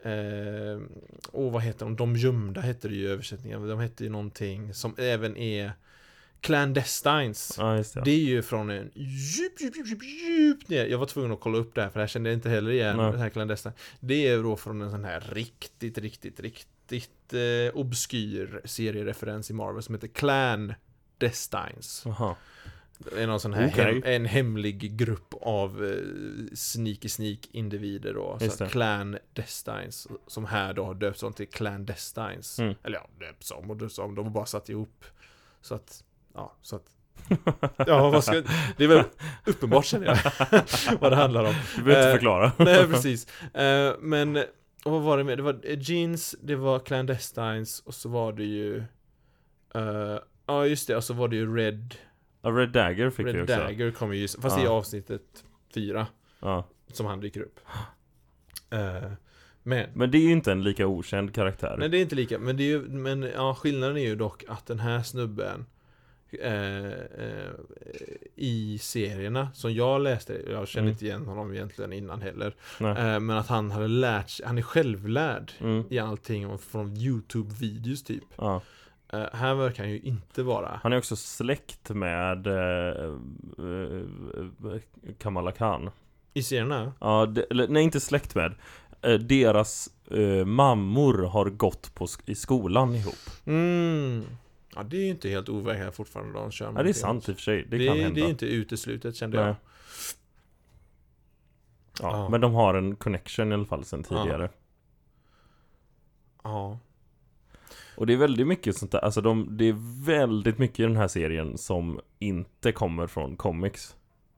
S2: vad heter de gömda heter det ju i översättningen. De heter ju någonting som även är... Clandestines.
S1: Ja, just det.
S2: Det är ju från en djup ner. Jag var tvungen att kolla upp det här, för jag kände inte heller igen det här Clandestine. Det är då från en sån här riktigt obskyr seriereferens i Marvel som heter Clandestines.
S1: Aha.
S2: Det är någon sån här en hemlig grupp av sneaky individer då. Så Clandestines, som här då har döpts om till Clandestines. Eller ja, döpts om. De var bara satt ihop. Så att vad ska... Det är väl uppenbart, känner jag, vad det handlar om.
S1: Du behöver inte förklara.
S2: Nej, precis. Men vad var det med? Det var jeans, det var Clandestines, och så var det ju just det, och så var det ju Red
S1: Dagger fick vi också.
S2: Red Dagger kommer ju, fast i avsnittet 4 som han dyker upp. Men
S1: det är ju inte en lika okänd karaktär.
S2: Nej, det är inte lika. Men skillnaden är ju dock att den här snubben i serierna som jag läste, jag kände inte igen honom egentligen innan heller, men att han hade lärt sig, han är självlärd i allting från YouTube-videos typ. Här verkar han ju inte vara.
S1: Han är också släkt med Kamala Khan.
S2: I serierna?
S1: Ja, nej, inte släkt med. Deras mammor har gått i skolan ihop.
S2: Ja, det är ju inte helt overkligt fortfarande. De kör
S1: ja, det är sant i och för sig. Det kan hända.
S2: Det är inte uteslutet, kände jag.
S1: Ja, men de har en connection i alla fall sen tidigare.
S2: Ja.
S1: Och det är väldigt mycket sånt där. Alltså det är väldigt mycket i den här serien som inte kommer från comics.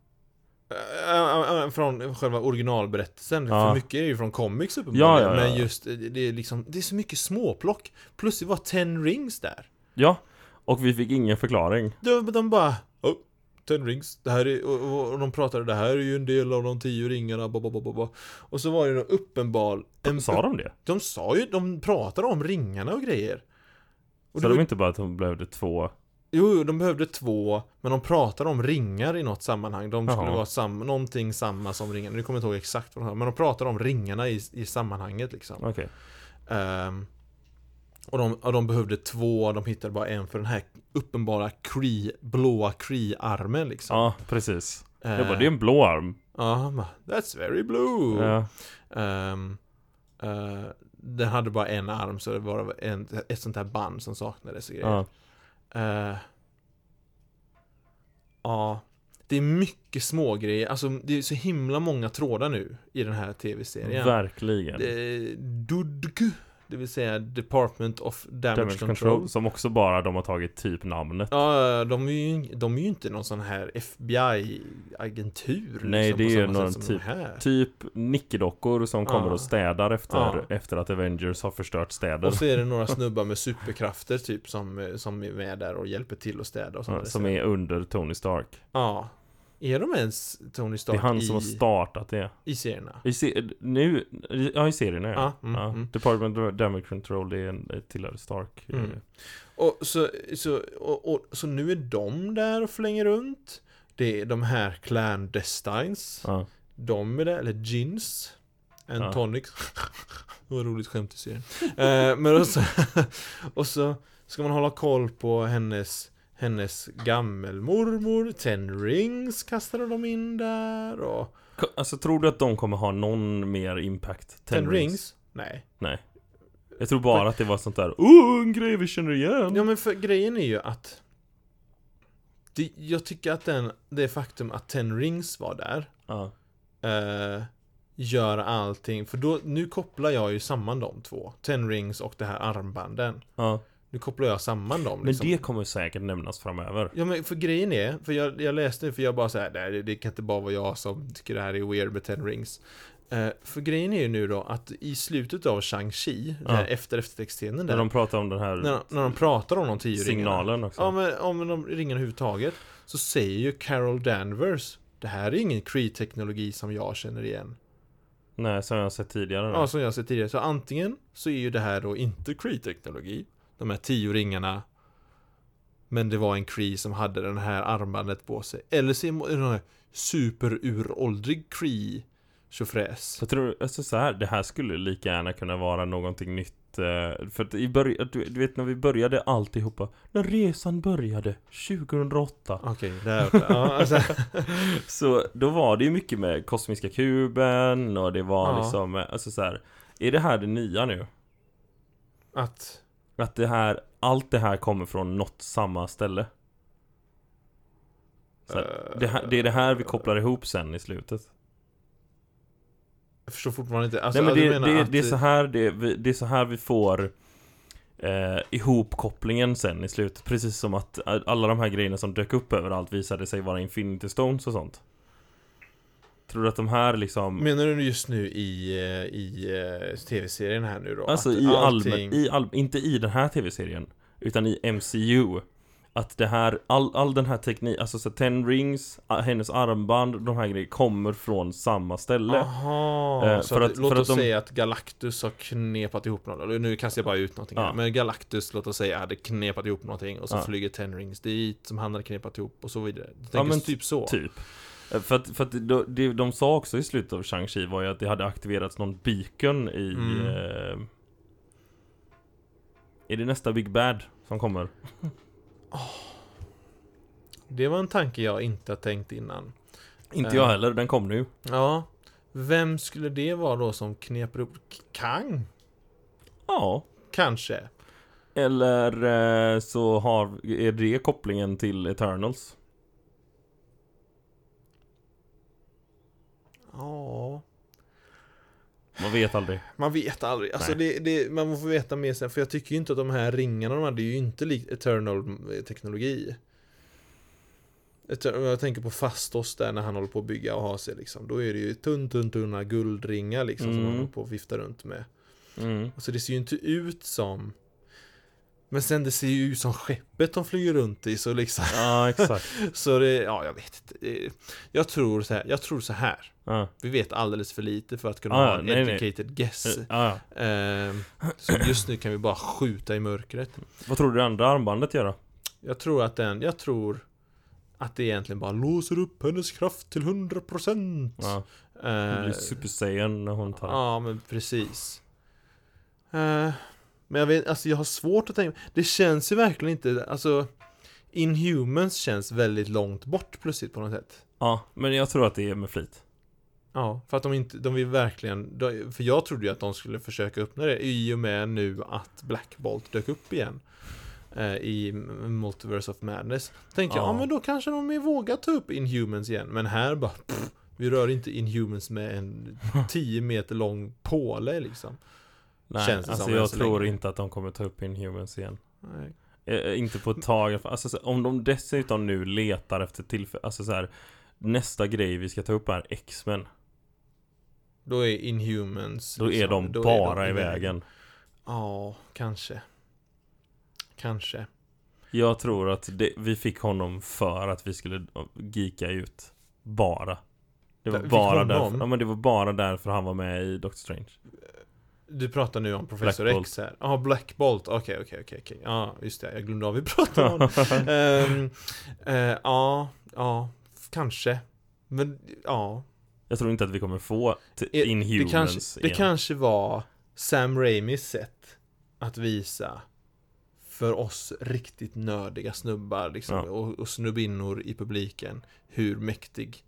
S2: Från själva originalberättelsen. För mycket är ju från comics uppenbarligen. Men just det är liksom, det är så mycket småplock. Plus det var 10 rings där.
S1: Ja, och vi fick ingen förklaring.
S2: De bara 10 rings, det här är, och de pratade, det här är ju en del av de 10 ringarna, och så var det någon uppenbar...
S1: Sa de det?
S2: De pratade om ringarna och grejer. Och
S1: så de inte bara att de behövde 2?
S2: Jo, de behövde 2, men de pratade om ringar i något sammanhang. De skulle vara någonting samma som ringarna. Nu kommer jag inte ihåg exakt vad de sa, men de pratade om ringarna i sammanhanget liksom.
S1: Okej.
S2: Och de behövde 2, de hittade bara en för den här uppenbara blåa Kree-armen liksom.
S1: Ja, precis. Det är en blå arm.
S2: Ja, that's very blue.
S1: Ja.
S2: Den hade bara en arm, så det var ett sånt här band som saknades och grejer. Ja. Det är mycket små grejer. Alltså det är så himla många trådar nu i den här tv-serien.
S1: Verkligen.
S2: DUDG, det vill säga Department of Damage Control.
S1: Som också bara de har tagit typ namnet.
S2: Ja, de är ju inte någon sån här FBI-agentur.
S1: Nej,
S2: liksom,
S1: det är någon typ nickedockor som kommer och städar efter att Avengers har förstört städer.
S2: Och så är det några snubbar med superkrafter typ som är med där och hjälper till att städa och sånt.
S1: Som är under Tony Stark.
S2: Ja. Är de ens Tony Stark?
S1: Det är han som har startat det.
S2: I serierna?
S1: I serierna, ja. Department of Damage Control, det är tillhör Stark.
S2: Och så nu är de där och flänger runt. Det är de här clandestines. De är där, eller Gins. Antonics. Det var ett roligt skämt i serien. Men och så ska man hålla koll på hennes gammelmormor. 10 rings kastade de in där och...
S1: Alltså, tror du att de kommer ha någon mer impact?
S2: 10 rings? Nej.
S1: Jag tror bara att det var sånt där en grej vi känner igen.
S2: Ja, men för grejen är ju att jag tycker att det faktum att 10 rings var där gör allting. För nu kopplar jag ju samman de två. 10 rings och det här armbanden. Nu kopplar jag samman dem liksom.
S1: Men det kommer säkert nämnas framöver.
S2: Ja, men för grejen är, för jag läste, för jag bara så här, det kan inte bara vara jag som tycker det här är weird med 10 rings. För grejen är ju nu då att i slutet av Shang-Chi, efter eftertextscenen där,
S1: när de pratar om den här
S2: när de pratar om de 10
S1: signalen
S2: ringarna,
S1: också.
S2: Ja, men om de ringarna överhuvudtaget, så säger ju Carol Danvers, det här är ingen Kree-teknologi som jag känner igen.
S1: Nej, som jag har sett tidigare.
S2: Ja, som jag har sett tidigare. Så antingen så är ju det här då inte Kree-teknologi, de här 10 ringarna, men det var en Kree som hade den här armbandet på sig. Eller så är det en här superuråldrig Kree tjofräs.
S1: Jag tror, alltså så här, det här skulle lika gärna kunna vara någonting nytt. För att du vet när vi började alltihopa, när resan började 2008.
S2: Okej, alltså.
S1: Så då var det ju mycket med kosmiska kuben och det var liksom, alltså så här, är det här det nya nu? Att allt det här kommer från något samma ställe. Så det är det här vi kopplar ihop sen i slutet.
S2: Jag förstår fortfarande inte. Alltså,
S1: nej, men det är så här vi får ihopkopplingen sen i slutet. Precis som att alla de här grejerna som dök upp överallt visade sig vara Infinity Stones och sånt. Tror du att de här liksom...
S2: Menar du just nu i tv-serien här nu då?
S1: Alltså inte i den här tv-serien, utan i MCU. Att det här, all den här teknik, alltså så 10 rings, hennes armband, de här grejerna kommer från samma ställe.
S2: Aha, låt oss säga att Galactus har knepat ihop något. Nu kastar jag bara ut någonting här. Men Galactus, låt oss säga, hade knepat ihop någonting. Och så flyger 10 rings dit som han hade knepat ihop och så vidare. Men typ så.
S1: Typ. För att de sa också i slutet av Shang-Chi var ju att det hade aktiverats någon beacon i... är det nästa Big Bad som kommer?
S2: Det var en tanke jag inte har tänkt innan.
S1: Inte jag heller, den kom nu.
S2: Ja. Vem skulle det vara då som kneper upp Kang?
S1: Ja.
S2: Kanske.
S1: Eller så är det kopplingen till Eternals.
S2: Ja.
S1: Man vet aldrig.
S2: Man vet aldrig. Alltså man får veta mer sen. För jag tycker ju inte att de här ringarna de hade ju inte likt Eternal-teknologi. Jag tänker på Fastos där när han håller på att bygga och ha sig liksom. Då är det ju tunna guldringar liksom som han håller på att vifta runt med. Så det ser ju inte ut som... Men sen det ser ju ut som skeppet de flyger runt i så liksom.
S1: Ja, exakt.
S2: Så det, ja jag vet inte. Jag tror så här. Vi vet alldeles för lite för att kunna ha en educated guess. Så just nu kan vi bara skjuta i mörkret.
S1: Vad tror du det andra armbandet gör då?
S2: Jag tror att det egentligen bara låser upp hennes kraft till 100%.
S1: Ja. Det blir Super Saiyan när hon tar.
S2: Ja, men precis. Men jag vet, alltså jag har svårt att tänka. Det känns ju verkligen inte, alltså Inhumans känns väldigt långt bort plötsligt på något sätt.
S1: Ja, men jag tror att det är med flit.
S2: Ja, för att de vill verkligen, för jag trodde ju att de skulle försöka öppna det i och med nu att Black Bolt dök upp igen i Multiverse of Madness. Tänkte jag, men då kanske de vågar ta upp Inhumans igen. Men här bara, vi rör inte Inhumans med en 10 meter lång påle liksom.
S1: Nej,
S2: känns det
S1: alltså
S2: som
S1: jag tror inte att de kommer ta upp Inhumans igen. Nej. Inte på ett tag. Alltså, om de dessutom nu letar efter tillfälle, alltså så här, nästa grej vi ska ta upp är X-Men.
S2: Då är Inhumans
S1: då är de bara i vägen.
S2: Ja, kanske.
S1: Jag tror att vi fick honom för att vi skulle geeka ut. Bara. Det var bara därför. Ja, men det var bara därför han var med i Doctor Strange. Du pratar nu om Professor Black X här. Ja, Black Bolt. Okej. Ja, just det. Jag glömde av vi pratade om. Ja, kanske. Men, ja. Jag tror inte att vi kommer få Inhumans. Det kanske var Sam Raimis sätt att visa för oss riktigt nördiga snubbar liksom, och snubbinnor i publiken hur mäktig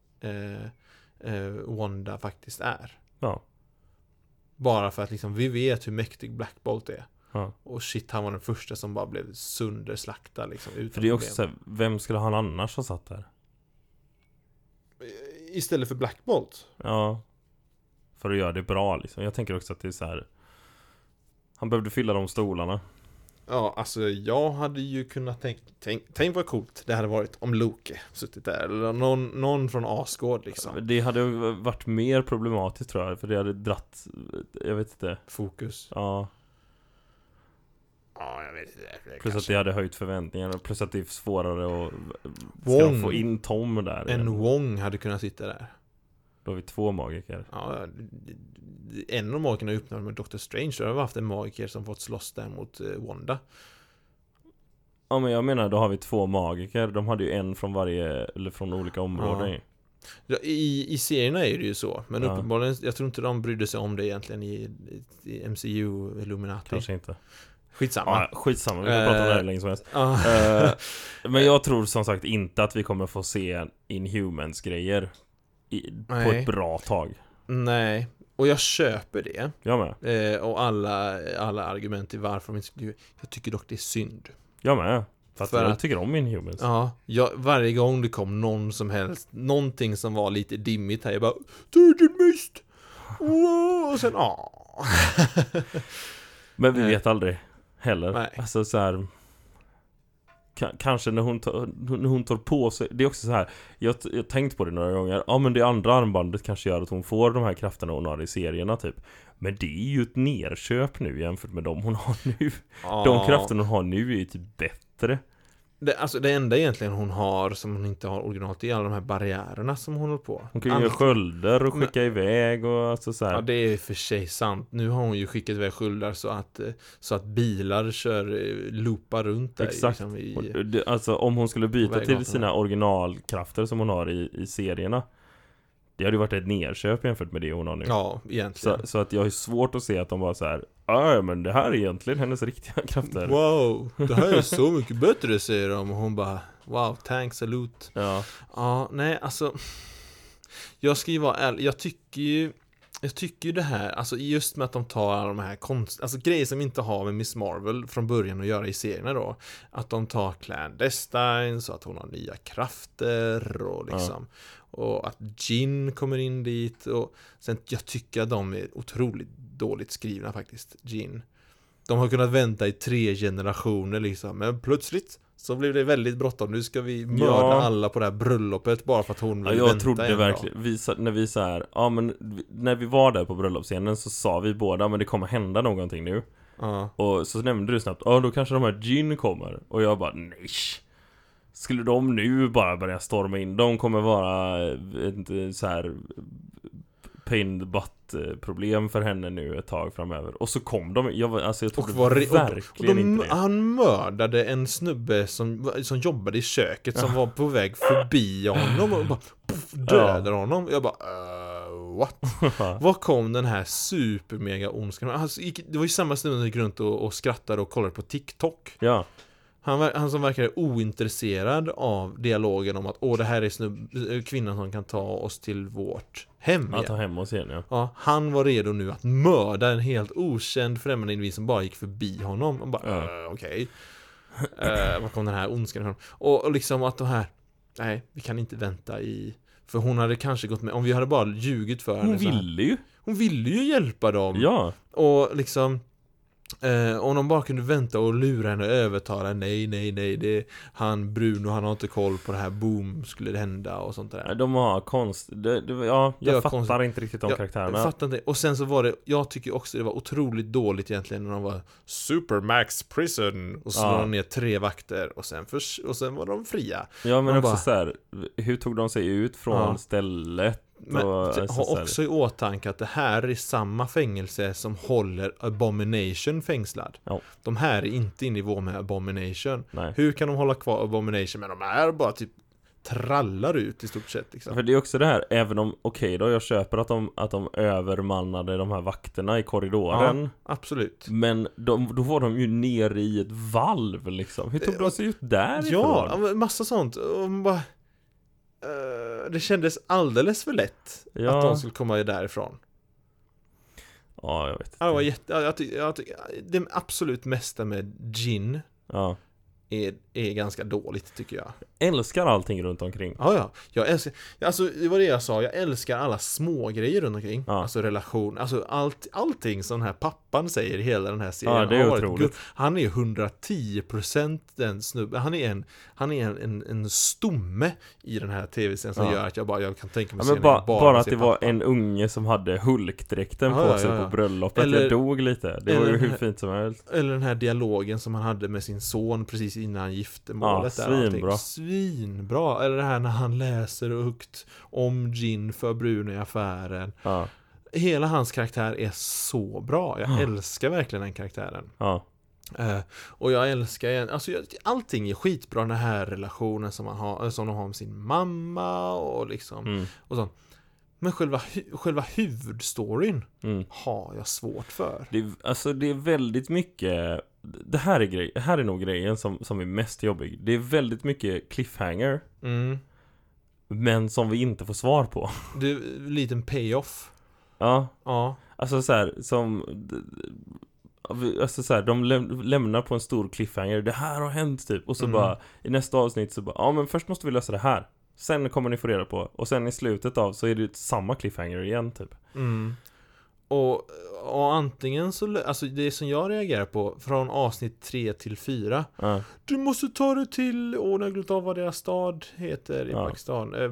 S1: Wanda faktiskt är. Ja. Bara för att liksom, vi vet hur mäktig Black Bolt är. Ja. Och shit, han var den första som bara blev sönderslaktad liksom, utan för det är också så här, vem skulle han annars ha satt där? Istället för Black Bolt? Ja. För att göra det bra liksom. Jag tänker också att det är så här, han behövde fylla de stolarna. Ja, alltså jag hade ju kunnat tänk vad coolt det hade varit om Loke suttit där, eller någon från Asgård liksom. Det hade varit mer problematiskt tror jag, för det hade dratt, jag vet inte, fokus. Ja, jag vet inte. Plus att det hade höjt förväntningarna, plus att det är svårare att få in Tom där. En Wong hade kunnat sitta där. Då har vi 2 magiker. Ja, en av magikerna öppnade med Doctor Strange. Då har vi haft en magiker som fått slåss där mot Wanda. Ja, men jag menar, då har vi 2 magiker. De hade ju en från varje, eller från olika områden. Ja, i serierna är det ju så. Men uppenbarligen, jag tror inte de brydde sig om det egentligen i MCU Illuminati. Kanske inte. Skitsamma. Vi kan prata om det här länge som helst. Men jag tror som sagt inte att vi kommer få se Inhumans grejer på ett bra tag. Nej. Och jag köper det. Jag med. Och alla argument i varför de inte. Jag tycker dock det är synd. Jag med. För jag tycker om Inhumans. Ja, varje gång det kom någon som helst, någonting som var lite dimmigt här, jag bara, Turgid Mist! Och sen, Men vi vet aldrig heller. Nej. Alltså så här, kanske när hon tar på sig. Det är också så här, jag tänkt på det några gånger. Ja, men det andra armbandet kanske gör att hon får de här krafterna hon har i serierna typ. Men det är ju ett nerköp nu jämfört med dem hon har nu. De krafterna hon har nu är ju typ bättre. Det enda egentligen hon har som hon inte har originalt är alla de här barriärerna som hon håller på. Hon kan ju göra skölder och skicka iväg och alltså så här. Ja, det är för sig sant. Nu har hon ju skickat iväg sköldar så att bilar loopar runt där. Exakt. Liksom alltså om hon skulle byta till sina originalkrafter som hon har i serierna, det hade ju varit ett nerköp jämfört med det hon har nu. Ja, egentligen. Så att jag har svårt att se att de var så här, men det här är egentligen hennes riktiga krafter. Wow, det här är så mycket bättre, säger de. Och hon bara, wow, thanks, salute. Ja, nej, alltså
S2: Jag ska ju vara ärlig, jag tycker ju det här, alltså just med att de tar alla de här alltså grejer som inte har med Miss Marvel från början att göra i serierna då, att de tar Clandestine så att hon har nya krafter och liksom, och att Jean kommer in dit, och sen jag tycker att de är otroligt dåligt skrivna faktiskt, Jean. De har kunnat vänta i 3 generationer liksom, men plötsligt så blev det väldigt bråttom. Nu ska vi mörda alla på det här bröllopet bara för att hon vill vänta.
S1: Jag trodde verkligen, när vi så här, när vi var där på bröllopsscenen så sa vi båda, men det kommer hända någonting nu. Och så nämnde du snabbt, då kanske de här Jin kommer. Och jag bara, nej. Skulle de nu bara börja storma in? De kommer vara ett så här pain butt problem för henne nu ett tag framöver. Och så kom de, jag trodde verkligen inte det.
S2: Han mördade en snubbe som jobbade i köket, som var på väg förbi honom och bara dödade honom. Jag bara, what? Var kom den här supermega ondskan? Det var ju samma snubbe som gick runt och skrattade och kollade på TikTok.
S1: Ja.
S2: Han som verkade ointresserad av dialogen om att det här är kvinnan som kan ta oss till vårt hem.
S1: Att ta hem oss igen,
S2: ja. Han var redo nu att mörda en helt okänd främmande individ som bara gick förbi honom. Och bara, okej. Vad kom den här ondskan ifrån? Och liksom att de här, nej, vi kan inte vänta i... För hon hade kanske gått med, om vi hade bara ljugit för henne. Hon ville ju hjälpa dem.
S1: Ja.
S2: Och liksom... om de bara kunde vänta och lura henne och övertala, nej, det är han Bruno, han har inte koll på det här, boom, skulle det hända och sånt där.
S1: De har konst, jag fattar inte riktigt de karaktärerna.
S2: Jag fattar inte. Och sen så var det, jag tycker också det var otroligt dåligt egentligen när de var Supermax Prison och så la de ner 3 vakter och sen var de fria.
S1: Ja, men också bara, så här, hur tog de sig ut från stället?
S2: Men ha också i åtanke att det här är samma fängelse som håller Abomination fängslad. De här är inte i nivå med Abomination.
S1: Nej.
S2: Hur kan de hålla kvar Abomination? Men de är bara typ trallar ut i stort sett liksom.
S1: För det är också det här, även om jag köper att de övermannade de här vakterna i korridoren.
S2: Ja, absolut.
S1: Men då var de ju nere i ett valv liksom. Hur tog de sig ut därifrån?
S2: Ja, massa sånt. Och bara... det kändes alldeles för lätt att de skulle komma därifrån.
S1: Ja, jag vet inte.
S2: Det var jag tycker det absolut mesta med Jin är ganska dåligt, tycker jag.
S1: Älskar allting runt omkring.
S2: Ja. Jag älskar, alltså det var det jag sa, jag älskar alla små grejer runt omkring. Alltså relation, alltså allting som den här pappan säger i hela den här serien.
S1: Ja, det är otroligt.
S2: Han är 110% den snubben. Han är en stomme i den här tv-serien som gör att jag kan tänka mig
S1: men bara att det var en unge som hade Hulkdräkten på sig på bröllopet. Eller, jag dog lite. Det var ju hur fint som helst.
S2: Eller den här dialogen som han hade med sin son precis innan giftermålet. Svinbra. Eller det här när han läser högt om Jin för Bruno i affären. Hela hans karaktär är så bra. Jag älskar verkligen den karaktären. Och jag älskar allting är skitbra, den här relationen som de har med sin mamma och liksom och sånt. Men själva huvudstoryn har jag svårt för.
S1: Det är väldigt mycket. Det här är nog grejen som är mest jobbig. Det är väldigt mycket cliffhanger. Men som vi inte får svar på.
S2: Det är en liten payoff.
S1: Ja. Alltså så här, de lämnar på en stor cliffhanger. Det här har hänt typ. Och så bara i nästa avsnitt så bara, men först måste vi lösa det här. Sen kommer ni få reda på. Och sen i slutet av så är det samma cliffhanger igen typ.
S2: Och antingen så, alltså det som jag reagerar på från avsnitt 3 till 4. Du måste ta det till, jag har glömt av vad deras stad heter i Pakistan. Jag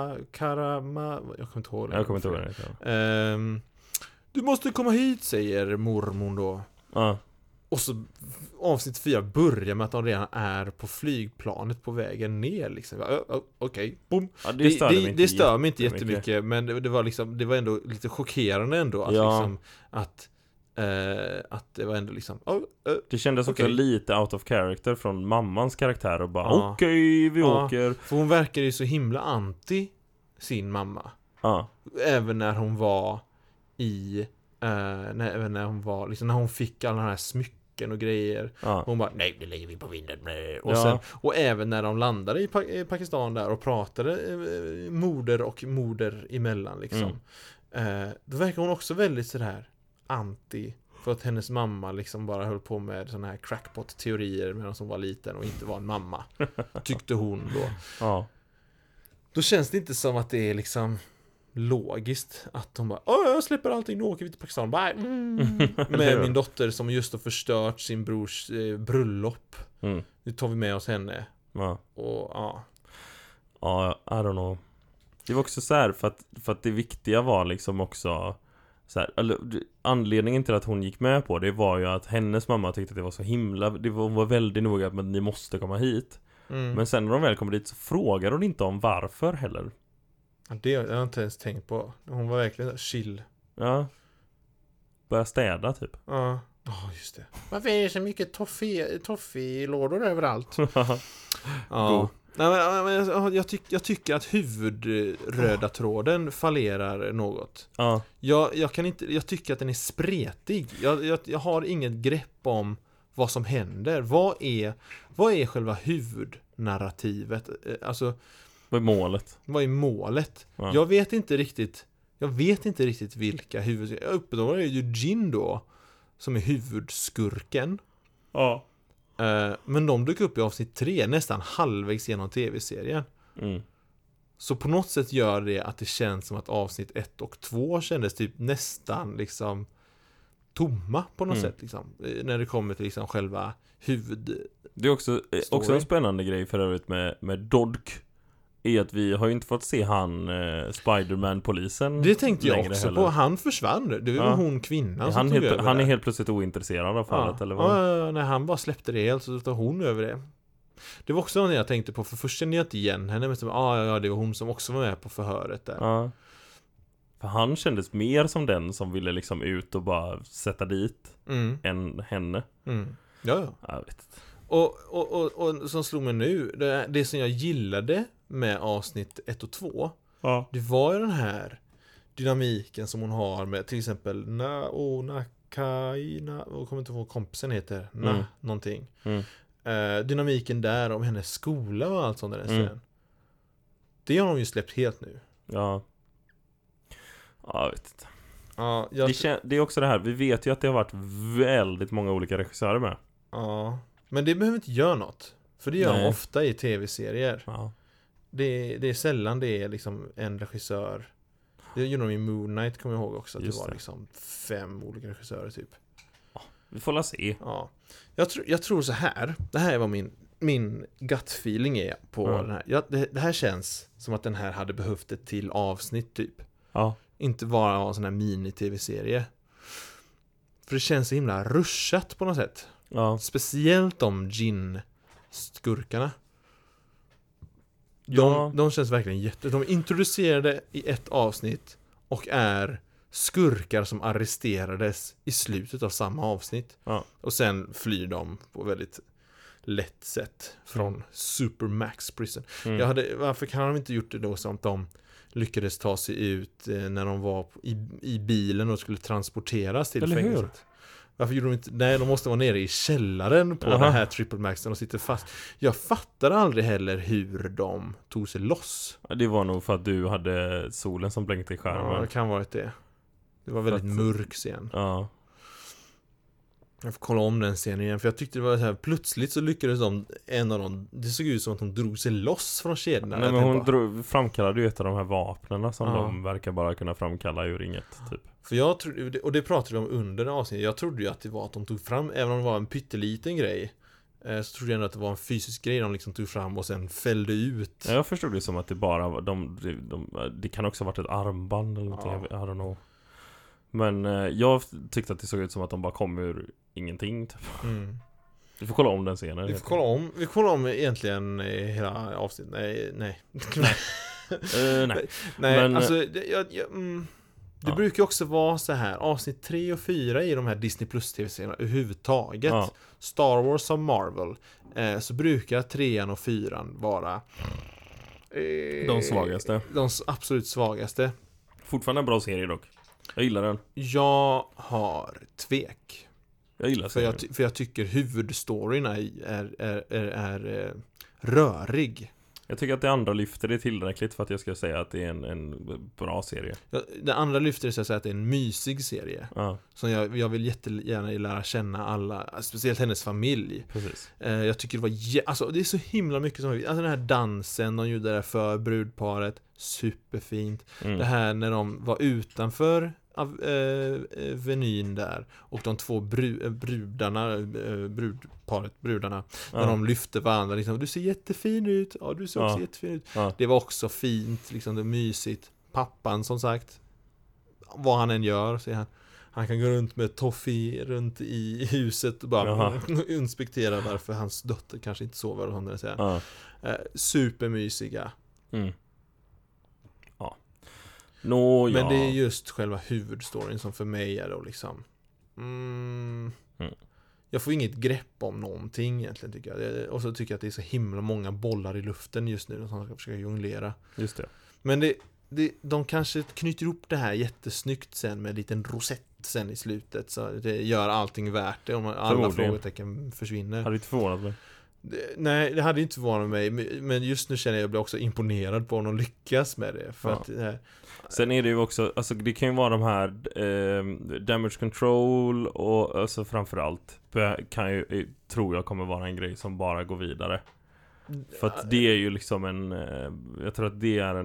S2: kommer inte ihåg det. Du måste komma hit, säger mormon då. Och så avsnitt 4 börjar med att de redan är på flygplanet på vägen ner liksom. Okej, boom. Det stör mig inte jättemycket, men det var ändå lite chockerande ändå att att det var ändå liksom
S1: det kändes också lite out of character från mammans karaktär och bara okej, vi åker.
S2: För hon verkar ju så himla anti sin mamma. Även när hon var när hon fick alla de här smycken nacken och grejer.
S1: Ja.
S2: Och hon bara, nej, det lägger vi på vinden. Och, sen, och även när de landade i Pakistan där och pratade moder och moder emellan liksom. Då verkar hon också väldigt sådär anti, för att hennes mamma liksom bara höll på med såna här crackpot-teorier medan hon var liten och inte var en mamma. Tyckte hon då.
S1: Ja.
S2: Då känns det inte som att det är liksom logiskt att hon bara, jag släpper allting, nu åker vi till Pakistan. Bye. Med min dotter som just har förstört sin brors bröllop. Nu tar vi med oss henne.
S1: Ja.
S2: Och
S1: Ja, I don't know. Det var också så här för att det viktiga var liksom också så här, eller, anledningen till att hon gick med på det var ju att hennes mamma tyckte att det var så himla, hon var väldigt noga att ni måste komma hit. Men sen när de väl kommer dit så frågar hon inte om varför heller. Det
S2: har jag inte ens tänkt på. Hon var verkligen chill.
S1: Ja. Börja städa typ.
S2: Ja. Just det. Varför är det så mycket toffee-lådor överallt? Ja. Nej, men jag tycker att huvudröda tråden fallerar något.
S1: Ja.
S2: Jag tycker att den är spretig. Jag har inget grepp om vad som händer. Vad är själva huvudnarrativet? Alltså,
S1: vad är målet?
S2: Vad är målet?
S1: Ja.
S2: Jag vet inte riktigt vilka uppdagar är ju Jin då som är huvudskurken.
S1: Ja.
S2: Men de dök upp i avsnitt 3 nästan halvvägs genom tv-serien. Så på något sätt gör det att det känns som att avsnitt 1 och 2 kändes typ nästan liksom tomma på något sätt liksom, när det kommer till liksom själva huvud.
S1: Det är också en spännande grej för övrigt med Dodk är att vi har ju inte fått se han Spider-Man-polisen.
S2: Det tänkte jag också
S1: heller.
S2: På. Han försvann. Det var hon kvinnan som tog över.
S1: Han är helt plötsligt ointresserad av fallet eller vad?
S2: Ja, när han bara släppte det helt så tog hon över det. Det var också något jag tänkte på, för först kände jag inte igen henne, men så det var hon som också var med på förhöret där.
S1: Ja. För han kändes mer som den som ville liksom ut och bara sätta dit än henne.
S2: Ja.
S1: Jag vet inte.
S2: Och som slog mig nu, det som jag gillade med avsnitt 1 och 2, det var ju den här dynamiken som hon har med till exempel Nakai, och kommer inte ihåg vad kompisen heter, någonting. Dynamiken där om hennes skola och allt sånt där. Det har de ju släppt helt nu.
S1: Ja, jag vet inte.
S2: Ja,
S1: det är också det här, vi vet ju att det har varit väldigt många olika regissörer med.
S2: Ja, men det behöver inte göra något. För det gör de ofta i tv-serier.
S1: Ja.
S2: Det är sällan det är liksom en regissör. Det gjorde de i Moon Knight, kommer jag ihåg också. Att det var liksom 5 olika regissörer typ.
S1: Ja, vi får la se.
S2: Ja. Jag tror så här. Det här är vad min gut feeling är på den här. Det här känns som att den här hade behövt ett till avsnitt typ.
S1: Ja.
S2: Inte bara en sån här mini-tv-serie. För det känns så himla rushat på något sätt.
S1: Ja.
S2: Speciellt de Jin-skurkarna. De känns verkligen de introducerade i ett avsnitt och är skurkar som arresterades i slutet av samma avsnitt.
S1: Ja.
S2: Och sen flyr de på väldigt lätt sätt från Supermax Prison. Varför kan de inte gjort det då som att de lyckades ta sig ut när de var i bilen och skulle transporteras till fängelset? Varför gjorde de inte? Nej, de måste vara nere i källaren på den här Triple Maxen och sitter fast. Jag fattar aldrig heller hur de tog sig loss.
S1: Det var nog för att du hade solen som blänkte i skärmen.
S2: Ja, det kan vara det. Det var väldigt mörk scen.
S1: Ja.
S2: Jag får kolla om den scenen igen, för jag tyckte det var så här, plötsligt så lyckades det såg ut som att hon drog sig loss från kedjorna.
S1: Nej, men hon framkallade ju ett av de här vapnen som de verkar bara kunna framkalla ur inget typ.
S2: För jag trodde, och det pratade vi om under avsnittet, jag trodde ju att det var att de tog fram, även om det var en pytteliten grej, så trodde jag ändå att det var en fysisk grej de liksom tog fram och sen fällde ut.
S1: Ja, jag förstod det som att det bara var det kan också ha varit ett armband eller något, I don't know. Men jag tyckte att det såg ut som att de bara kom ur ingenting typ. Vi får kolla om den scenen.
S2: Vi får kolla om egentligen hela avsnittet. Nej. Nej, men alltså det brukar också vara så här, avsnitt 3 och 4 i de här Disney Plus tv-serierna överhuvudtaget. Star Wars som Marvel, så brukar 3 och 4 vara
S1: de svagaste.
S2: De absolut svagaste.
S1: Fortfarande en bra serie dock. Jag gillar den.
S2: Jag har tvek.
S1: Jag gillar
S2: serien. För jag tycker huvudstoryn är rörig.
S1: Jag tycker att det andra lyfter det tillräckligt för att jag ska säga att det är en bra serie.
S2: Det andra lyfter det så att säga att det är en mysig serie.
S1: Ja.
S2: Som jag vill jättegärna lära känna alla, speciellt hennes familj.
S1: Precis.
S2: Jag tycker det var alltså det är så himla mycket som alltså den här dansen de gjorde där för brudparet, superfint. Det här när de var utanför venyn där och de två brudarna när de lyfte varandra liksom, du ser jättefin ut, ja du ser också jättefin ut. Det var också fint, liksom det är mysigt. Pappan som sagt, vad han än gör så han kan gå runt med toffee runt i huset och bara inspektera varför hans dotter kanske inte sover och sånt där. Supermysiga. Men det är just själva huvudstoryn som för mig är då liksom jag får inget grepp om någonting egentligen tycker jag. Och så tycker jag att det är så himla många bollar i luften just nu som ska försöka jonglera.
S1: Just det.
S2: Men de kanske knyter ihop det här jättesnyggt sen med en liten rosett sen i slutet så det gör allting värt det om alla frågetecken försvinner.
S1: Hade inte förvånat mig.
S2: Nej, det hade inte förvånat mig. Men just nu känner jag blir också imponerad på om de lyckas med det. För att,
S1: sen är det ju också, alltså det kan ju vara de här damage control och alltså framförallt tror jag kommer vara en grej som bara går vidare. För att det är ju liksom jag tror att det är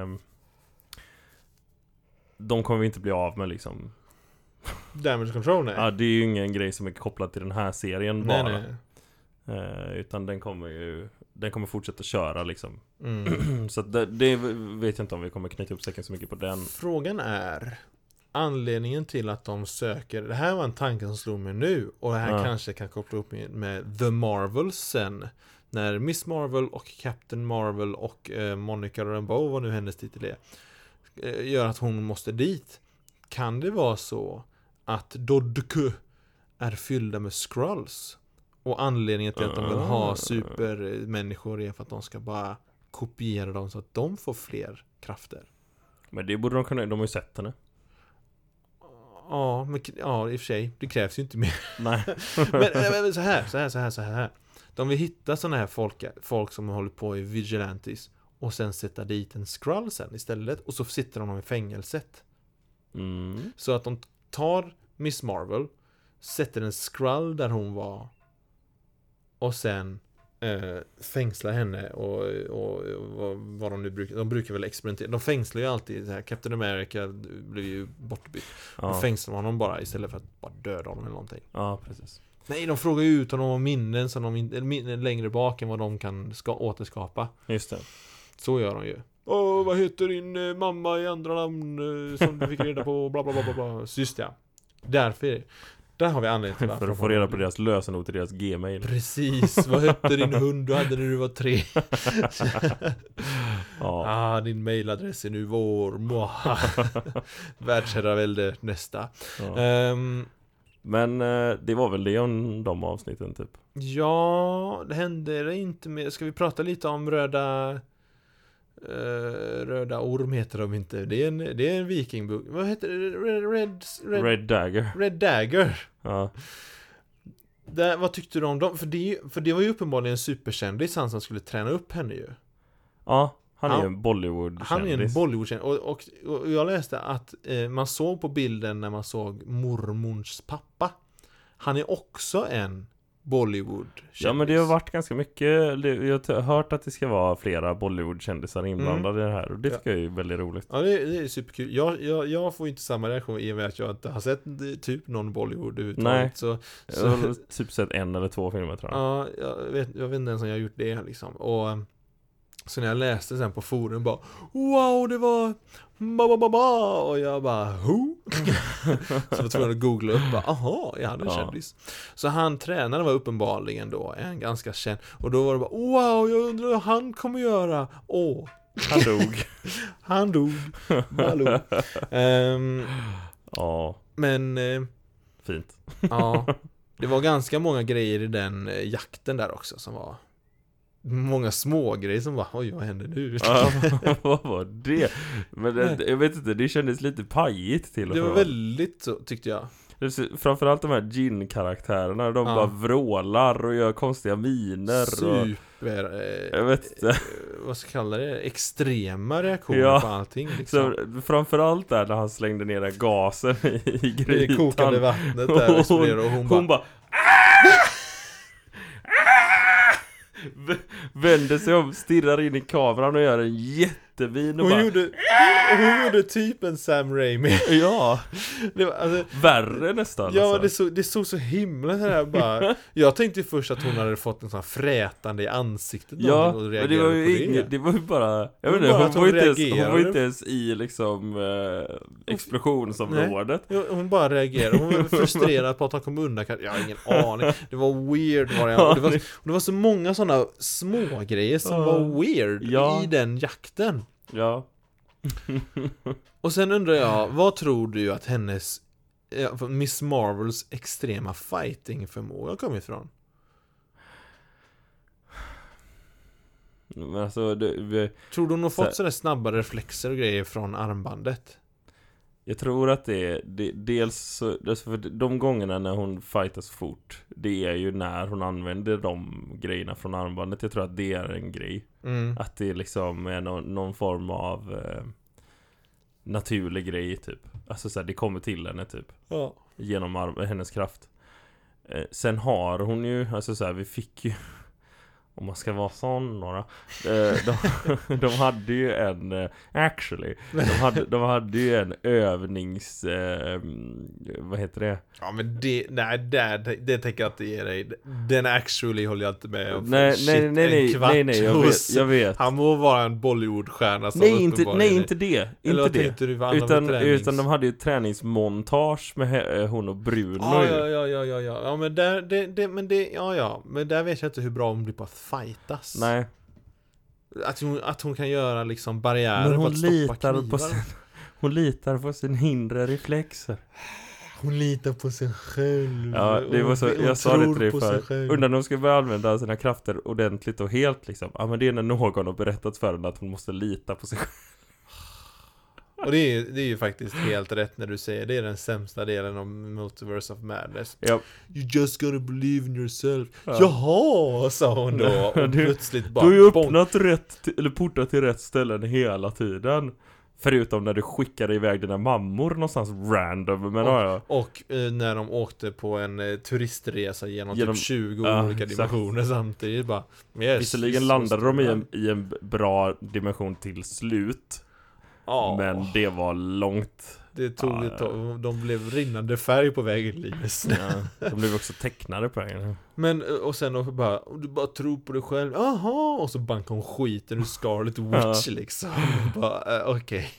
S1: de kommer vi inte bli av med liksom.
S2: Damage control, nej.
S1: Ja, det är ju ingen grej som är kopplad till den här serien bara.
S2: Nej.
S1: Utan den kommer fortsätta köra liksom. Så att det vet jag inte om vi kommer knyta upp säcken så mycket på den.
S2: Frågan är anledningen till att de söker, det här var en tanke som slog mig nu och det här kanske kan koppla upp med The Marvels sen när Miss Marvel och Captain Marvel och Monica Rambeau, vad nu hennes titel är, gör att hon måste dit. Kan det vara så att Dodku är fyllda med Skrulls? Och anledningen till att de vill ha supermänniskor är för att de ska bara kopiera dem så att de får fler krafter. Men
S1: det borde de kunna, de har ju sett henne.
S2: Ja, men i och för sig, det krävs ju inte mer.
S1: Nej.
S2: men så här. De vill hitta såna här folk som håller på i vigilantes och sen sätta dit en Skrull sen istället och så sitter de i fängelset. Så att de tar Miss Marvel, sätter en Skrull där hon var och sen fängslar henne och vad de nu brukar. De brukar väl experimentera. De fängslar ju alltid så här. Captain America blev ju bortbytt. De fängslar honom bara istället för att bara döda honom eller någonting.
S1: Ja, precis.
S2: Nej, de frågar ju ut honom om minnen som minnen längre bak än vad de ska återskapa.
S1: Just det.
S2: Så gör de ju. Vad heter din mamma i andra namn som du fick reda på bla bla bla bla. Just det. Därför är det. Där har vi anledning till
S1: för att få reda på deras lösenord till deras Gmail.
S2: Precis, vad hette din hund du hade när du var 3? Din mailadress är nu vår. Världsherravälde nästa.
S1: Men det var väl det om de avsnitten typ.
S2: Ja, det hände det inte med. Ska vi prata lite om röda orm heter de inte. Det är en vikingbok. Vad heter det?
S1: Red Dagger.
S2: Red Dagger.
S1: Ja.
S2: Vad tyckte du om dem? För det var ju uppenbarligen en superkändis han som skulle träna upp henne ju.
S1: Ja, han är en Bollywood-kändis.
S2: Han är en Bollywood-kändis. Och jag läste att man såg på bilden när man såg mormons pappa. Han är också en Bollywood-kändis. Ja,
S1: men det har varit ganska mycket. Jag har hört att det ska vara flera Bollywood-kändisar inblandade i det här. Och det tycker jag är väldigt roligt.
S2: Ja, det är superkul. Jag får inte samma reaktion i och med att jag inte har sett typ någon Bollywood överhuvudtaget.
S1: Nej, jag har typ sett 1 eller 2 filmer tror jag.
S2: Ja, jag vet inte ens om jag har gjort det liksom. Och så när jag läste sen på forum bara wow, det var och jag bara who? Så jag tvungen att googla upp bara, aha, jag hade en kändis. Så han tränaren var uppenbarligen då en ganska känd. Och då var det bara wow, jag undrar vad han kommer göra.
S1: Han dog.
S2: Han dog. Baloo. Men
S1: fint.
S2: Ja, det var ganska många grejer i den jakten där också som var många små grejer som var oj, vad händer nu?
S1: Vad var det? Men jag vet inte, det kändes lite pajigt till och
S2: det var väldigt så, tyckte jag.
S1: Framförallt de här Jin-karaktärerna, de bara vrålar och gör konstiga miner.
S2: Jag vet inte. Vad ska jag kalla det? Extrema reaktioner på allting. Liksom.
S1: Så, framförallt där när han slängde ner den gasen i grytan.
S2: Det kokade vattnet där och hon bara
S1: vänder sig om, stirrar in i kameran och gör en jättemin och
S2: hon gjorde typ en Sam Raimi.
S1: Ja.
S2: Det var, alltså,
S1: värre nästan.
S2: Ja,
S1: alltså.
S2: det såg så himla så här bara. Jag tänkte först att hon hade fått en sån här frätande i ansiktet.
S1: Ja, men det var ju det var ju bara, jag vet inte, hon var inte ens i liksom explosionsområdet.
S2: Nej, hon bara reagerade. Hon var frustrerad på att han kom undan. Jag har ingen aning. Det var weird det var så många sådana små grejer som var weird i den jakten.
S1: Ja.
S2: Och sen undrar jag, vad tror du att hennes Miss Marvels extrema fighting-förmåga kom ifrån?
S1: Men alltså,
S2: tror du hon har fått sådär snabba reflexer och grejer från armbandet?
S1: Jag tror att det är dels så, alltså för de gångerna när hon fightas fort, det är ju när hon använder de grejerna från armbandet. Jag tror att det är en grej. Att det liksom är någon form av naturlig grej typ. Alltså så här, det kommer till henne typ. Ja. Genom hennes kraft. Sen har hon ju, alltså så här, vi fick ju, om man ska vara sån några, de hade ju en actually de hade ju en övnings vad heter det?
S2: Ja, men det tänker jag inte ge dig. Den actually håller jag inte med om.
S1: Nej, jag vet.
S2: Han må vara en Bollywood-stjärna som
S1: nej, inte det.
S2: Eller inte det.
S1: Utan de hade ju ett träningsmontage med hon och Bruno.
S2: Ja, men men där vet jag inte hur bra hon blir på att fightas.
S1: Nej.
S2: Att hon kan göra liksom barriärer
S1: på
S2: att stoppa knivar.
S1: Hon litar på sin inre reflexer.
S2: Hon litar på sig själv.
S1: Ja, det var så, jag sa det till dig för. Undrar om de ska börja använda sina krafter ordentligt och helt liksom. Ja, men det är när någon har berättat för henne att hon måste lita på sig själv.
S2: Och det är ju faktiskt helt rätt när du säger det är den sämsta delen av Multiverse of Madness.
S1: Yep.
S2: You just gotta believe in yourself. Ja. Jaha, sa hon då. Och plötsligt bara...
S1: Du har ju öppnat eller portat till rätt ställen hela tiden. Förutom när du skickade iväg dina mammor någonstans random. Men
S2: och när de åkte på en turistresa genom typ 20 olika dimensioner samtidigt. Bara, yes,
S1: visserligen landade de i en bra dimension till slut. Men det var långt.
S2: Det tog ett tag. De blev rinnande färg på vägen, Linus.
S1: De blev också tecknade på vägen.
S2: Men, och sen och bara, du bara tror på dig själv. Aha, och så bankade hon skiten ur Scarlet Witch liksom. Okej.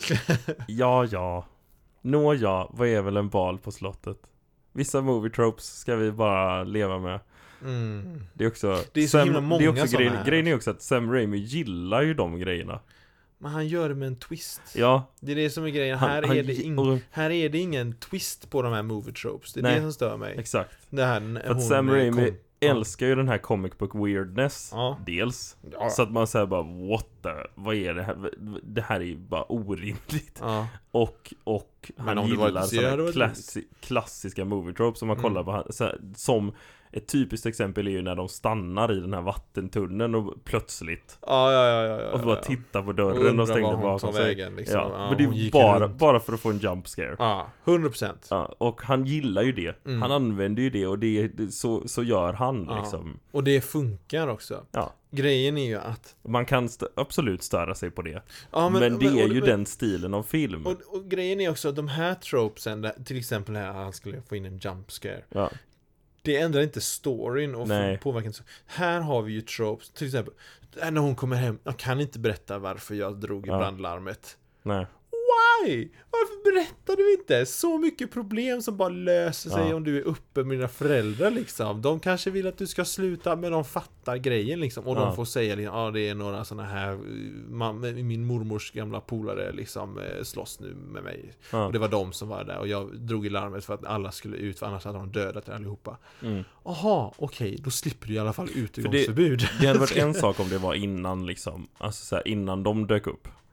S1: Ja. Nåja, vad är väl en bal på slottet? Vissa movie tropes ska vi bara leva med. Det är också,
S2: det är så himla många. Det är också
S1: grejen är också att Sam Raimi gillar ju de grejerna.
S2: Men han gör det med en twist.
S1: Ja.
S2: Det är det som är grejen. Här är det ingen twist på de här movie tropes. Det är det som stör mig.
S1: Exakt.
S2: Det här,
S1: för att Sam Raimi älskar ju den här comic book weirdness. Dels. Så att man säger bara, vad är det här? Det här är ju bara orimligt. Och han gillar sådana klassiska movie tropes som man kollar på. Som ett typiskt exempel är ju när de stannar i den här vattentunneln och plötsligt och bara tittar på dörren och stänger bakom sig. Vägen, liksom. Men det är ju bara för att få en jump scare.
S2: 100%.
S1: Och han gillar ju det. Han använder ju det och så gör han liksom.
S2: Och det funkar också. Grejen är ju att
S1: man kan absolut störa sig på det. Men det är ju den stilen av film.
S2: Och grejen är också att de här tropesen, till exempel när han skulle få in en jump scare. Det ändrar inte storyn och påverkan. Här har vi ju tropes. Till exempel, när hon kommer hem, jag kan inte berätta varför jag drog i brandlarmet.
S1: Nej.
S2: Why? Varför berättar du inte? Så mycket problem som bara löser sig om du är uppe med dina föräldrar liksom. De kanske vill att du ska sluta, men de fattar grejen liksom. Och de får säga liksom, det är några såna här min mormors gamla polare liksom slåss nu med mig. Och det var de som var där och jag drog i larmet för att alla skulle ut, för annars hade de dödat allihopa. Aha, okej, då slipper du i alla fall utegångsförbud.
S1: Det hade varit en sak om det var innan liksom, alltså så här, innan de dök upp.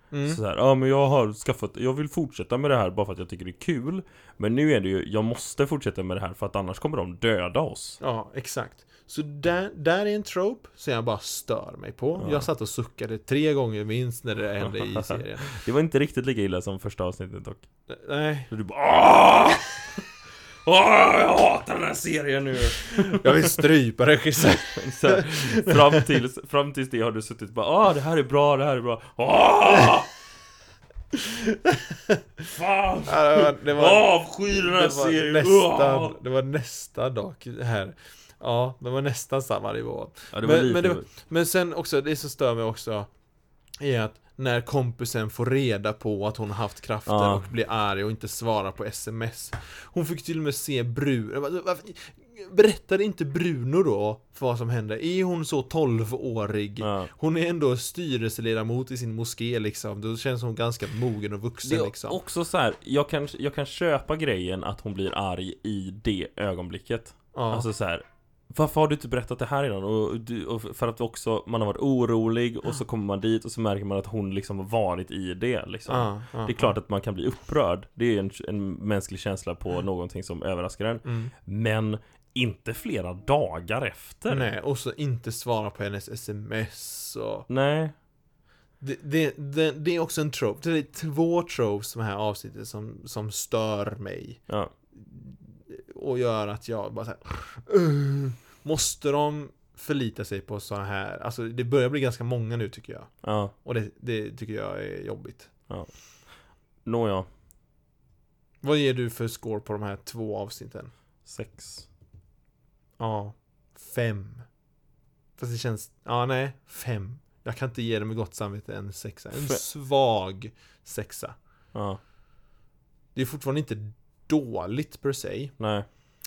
S1: Så här, ja men jag vill fortsätta med det här bara för att jag tycker det är kul. Men nu är det ju, jag måste fortsätta med det här för att annars kommer de döda oss.
S2: Ja, exakt. Så där är en trope som jag bara stör mig på. Jag satt och suckade 3 gånger minst när det hände i serien.
S1: Det var inte riktigt lika illa som första avsnittet dock.
S2: Nej.
S1: Så du bara jag hatar den här serien nu.
S2: Jag vill strypa regissören.
S1: Fram tills det har du suttit och bara det här är bra. Fan. Avsky den här serien.
S2: Det var nästan dock här. Ja, det var nästan samma nivå.
S1: Ja,
S2: men sen också, det som stör mig också är att när kompisen får reda på att hon har haft krafter och blir arg och inte svarar på sms. Hon fick till och med se Bruno. Berättade inte Bruno då för vad som hände? Är hon så 12-årig? Hon är ändå styrelseledamot i sin moské liksom. Då känns hon ganska mogen och vuxen liksom.
S1: Också så här, jag kan köpa grejen att hon blir arg i det ögonblicket. Alltså så här, varför har du inte berättat det här innan? Och för att också man har varit orolig och så kommer man dit och så märker man att hon liksom har varit i det liksom. Det är klart att man kan bli upprörd. Det är en mänsklig känsla på någonting som överraskar en. Men inte flera dagar efter.
S2: Nej, och så inte svara på hennes sms och...
S1: Nej.
S2: Det är också en trope. Det är 2 tropes som här avsnittet som stör mig.
S1: Ja.
S2: Och gör att jag bara så här, måste de förlita sig på såna här, alltså det börjar bli ganska många nu tycker jag.
S1: Ja.
S2: Och det tycker jag är jobbigt.
S1: Ja. Nåja.
S2: Vad ger du för score på de här 2 avsnitten?
S1: 6.
S2: Ja, 5. Fast det känns, 5. Jag kan inte ge det med gott samvete en 6. En svag 6.
S1: Ja.
S2: Det är fortfarande inte dåligt per se.
S1: Nej.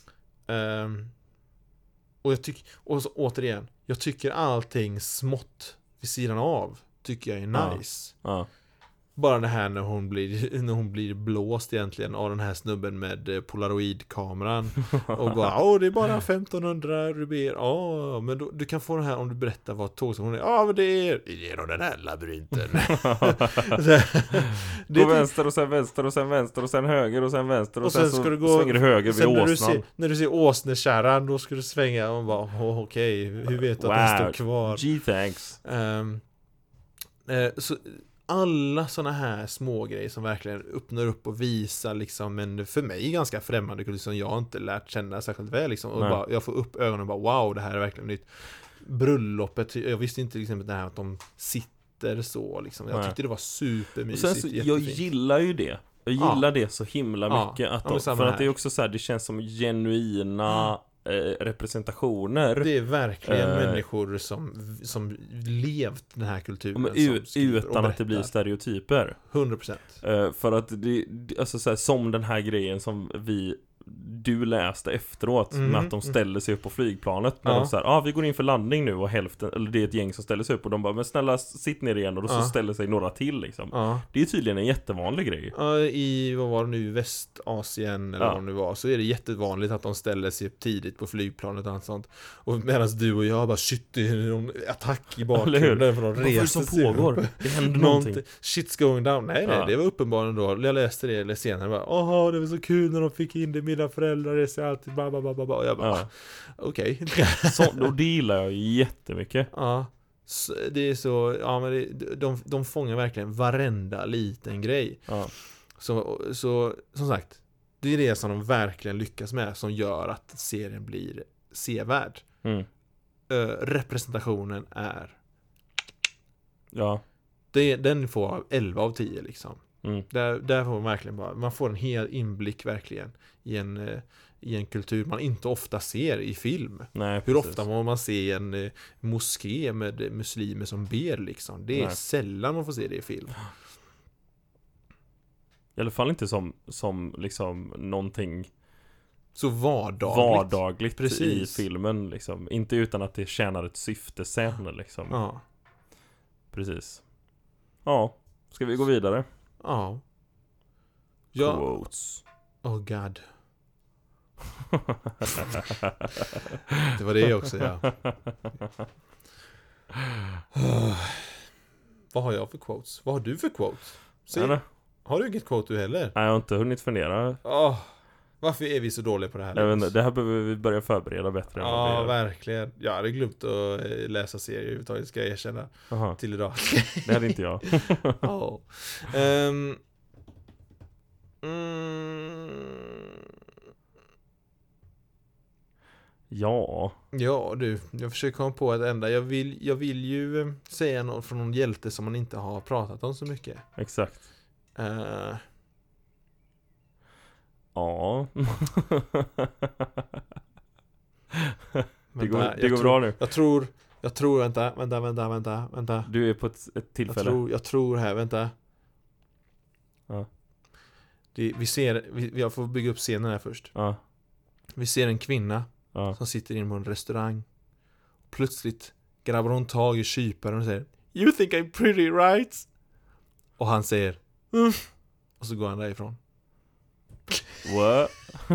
S2: Och återigen, jag tycker allting smått vid sidan av tycker jag är nice.
S1: Ja.
S2: Bara det här när hon blir blåst egentligen av den här snubben med polaroidkameran och bara, det är bara 1500 rubier. Men du kan få det här om du berättar vad tågstationen är. Men det är genom den här labyrinten.
S1: Gå vänster och sen vänster och sen vänster och sen höger och sen vänster och sen ska du gå, svänger du höger vid åsnan.
S2: När du ser åsnekärran då ska du svänga och bara, okej, hur vet du att den står kvar?
S1: G-thanks.
S2: Så alla såna här små grejer som verkligen öppnar upp och visar liksom en för mig ganska främmande kultur som jag inte lärt känna särskilt väl liksom. Och bara, jag får upp ögonen och bara wow, det här är verkligen nytt. Bröllopet, jag visste inte liksom det här att de sitter så liksom. Jag tyckte det var supermysigt.
S1: Jag gillar ju det. Jag gillar det så himla mycket att för att det är också så här, det känns som genuina representationer.
S2: Det är verkligen människor som levt den här kulturen
S1: utan att det blir stereotyper.
S2: 100%.
S1: För att det alltså så här, som den här grejen som du läste efteråt med att de ställer sig upp på flygplanet när de säger, vi går in för landning nu och hälften, eller det är ett gäng som ställer sig upp och de bara, men snälla sitt ner igen och då så ställer sig några till liksom. Det är tydligen en jättevanlig grej.
S2: I, vad var det nu, Västasien eller vad det var, så är det jättevanligt att de ställer sig upp tidigt på flygplanet och allt sånt. Och medan du och jag bara, shit, det är någon attack i bakgrunden för de reser
S1: som pågår. Det händer någonting.
S2: Shit's going down. Nej, det var uppenbarligen då. Jag läste det eller senare bara, det var så kul när de fick in det, mina föräldrar reser alltid och jag bara, okej.
S1: Och det gillar jag jättemycket.
S2: Så det är så, men de fångar verkligen varenda liten grej. Så som sagt, det är det som de verkligen lyckas med som gör att serien blir sevärd. Representationen är den får 11 av 10 liksom. Där får man verkligen man får en hel inblick verkligen i en kultur man inte ofta ser i film.
S1: Nej,
S2: hur ofta må man se en moské med muslimer som ber liksom. Det är sällan man får se det i film.
S1: I alla fall inte som liksom någonting
S2: så vardagligt
S1: precis. I filmen liksom. Inte utan att det tjänar ett syfte sen liksom. Precis. Ska vi gå vidare? Quotes.
S2: Oh god. Det var det också, Vad har jag för quotes? Vad har du för quotes? Har du inget quote du heller?
S1: Nej, jag har inte hunnit fundera.
S2: Varför är vi så dåliga på det här?
S1: Jag vet inte, det här behöver vi börja förbereda bättre än vad vi gör.
S2: Verkligen. Jag hade glömt att läsa serier överhuvudtaget, ska jag erkänna. Till idag.
S1: Det hade inte jag. Ja.
S2: Ja du, jag försöker komma på ett enda. Jag vill ju säga något från någon hjälte som man inte har pratat om så mycket.
S1: Exakt. Ja. Det går bra nu.
S2: Jag tror, vänta.
S1: Du är på ett tillfälle.
S2: Jag tror här, vänta.
S1: Ja.
S2: Vi får bygga upp scenen här först.
S1: Ja.
S2: Vi ser en kvinna som sitter inne på en restaurang. Plötsligt grabbar hon tag i kyparen och säger "You think I'm pretty, right?" Och han säger och så går han därifrån.
S1: What?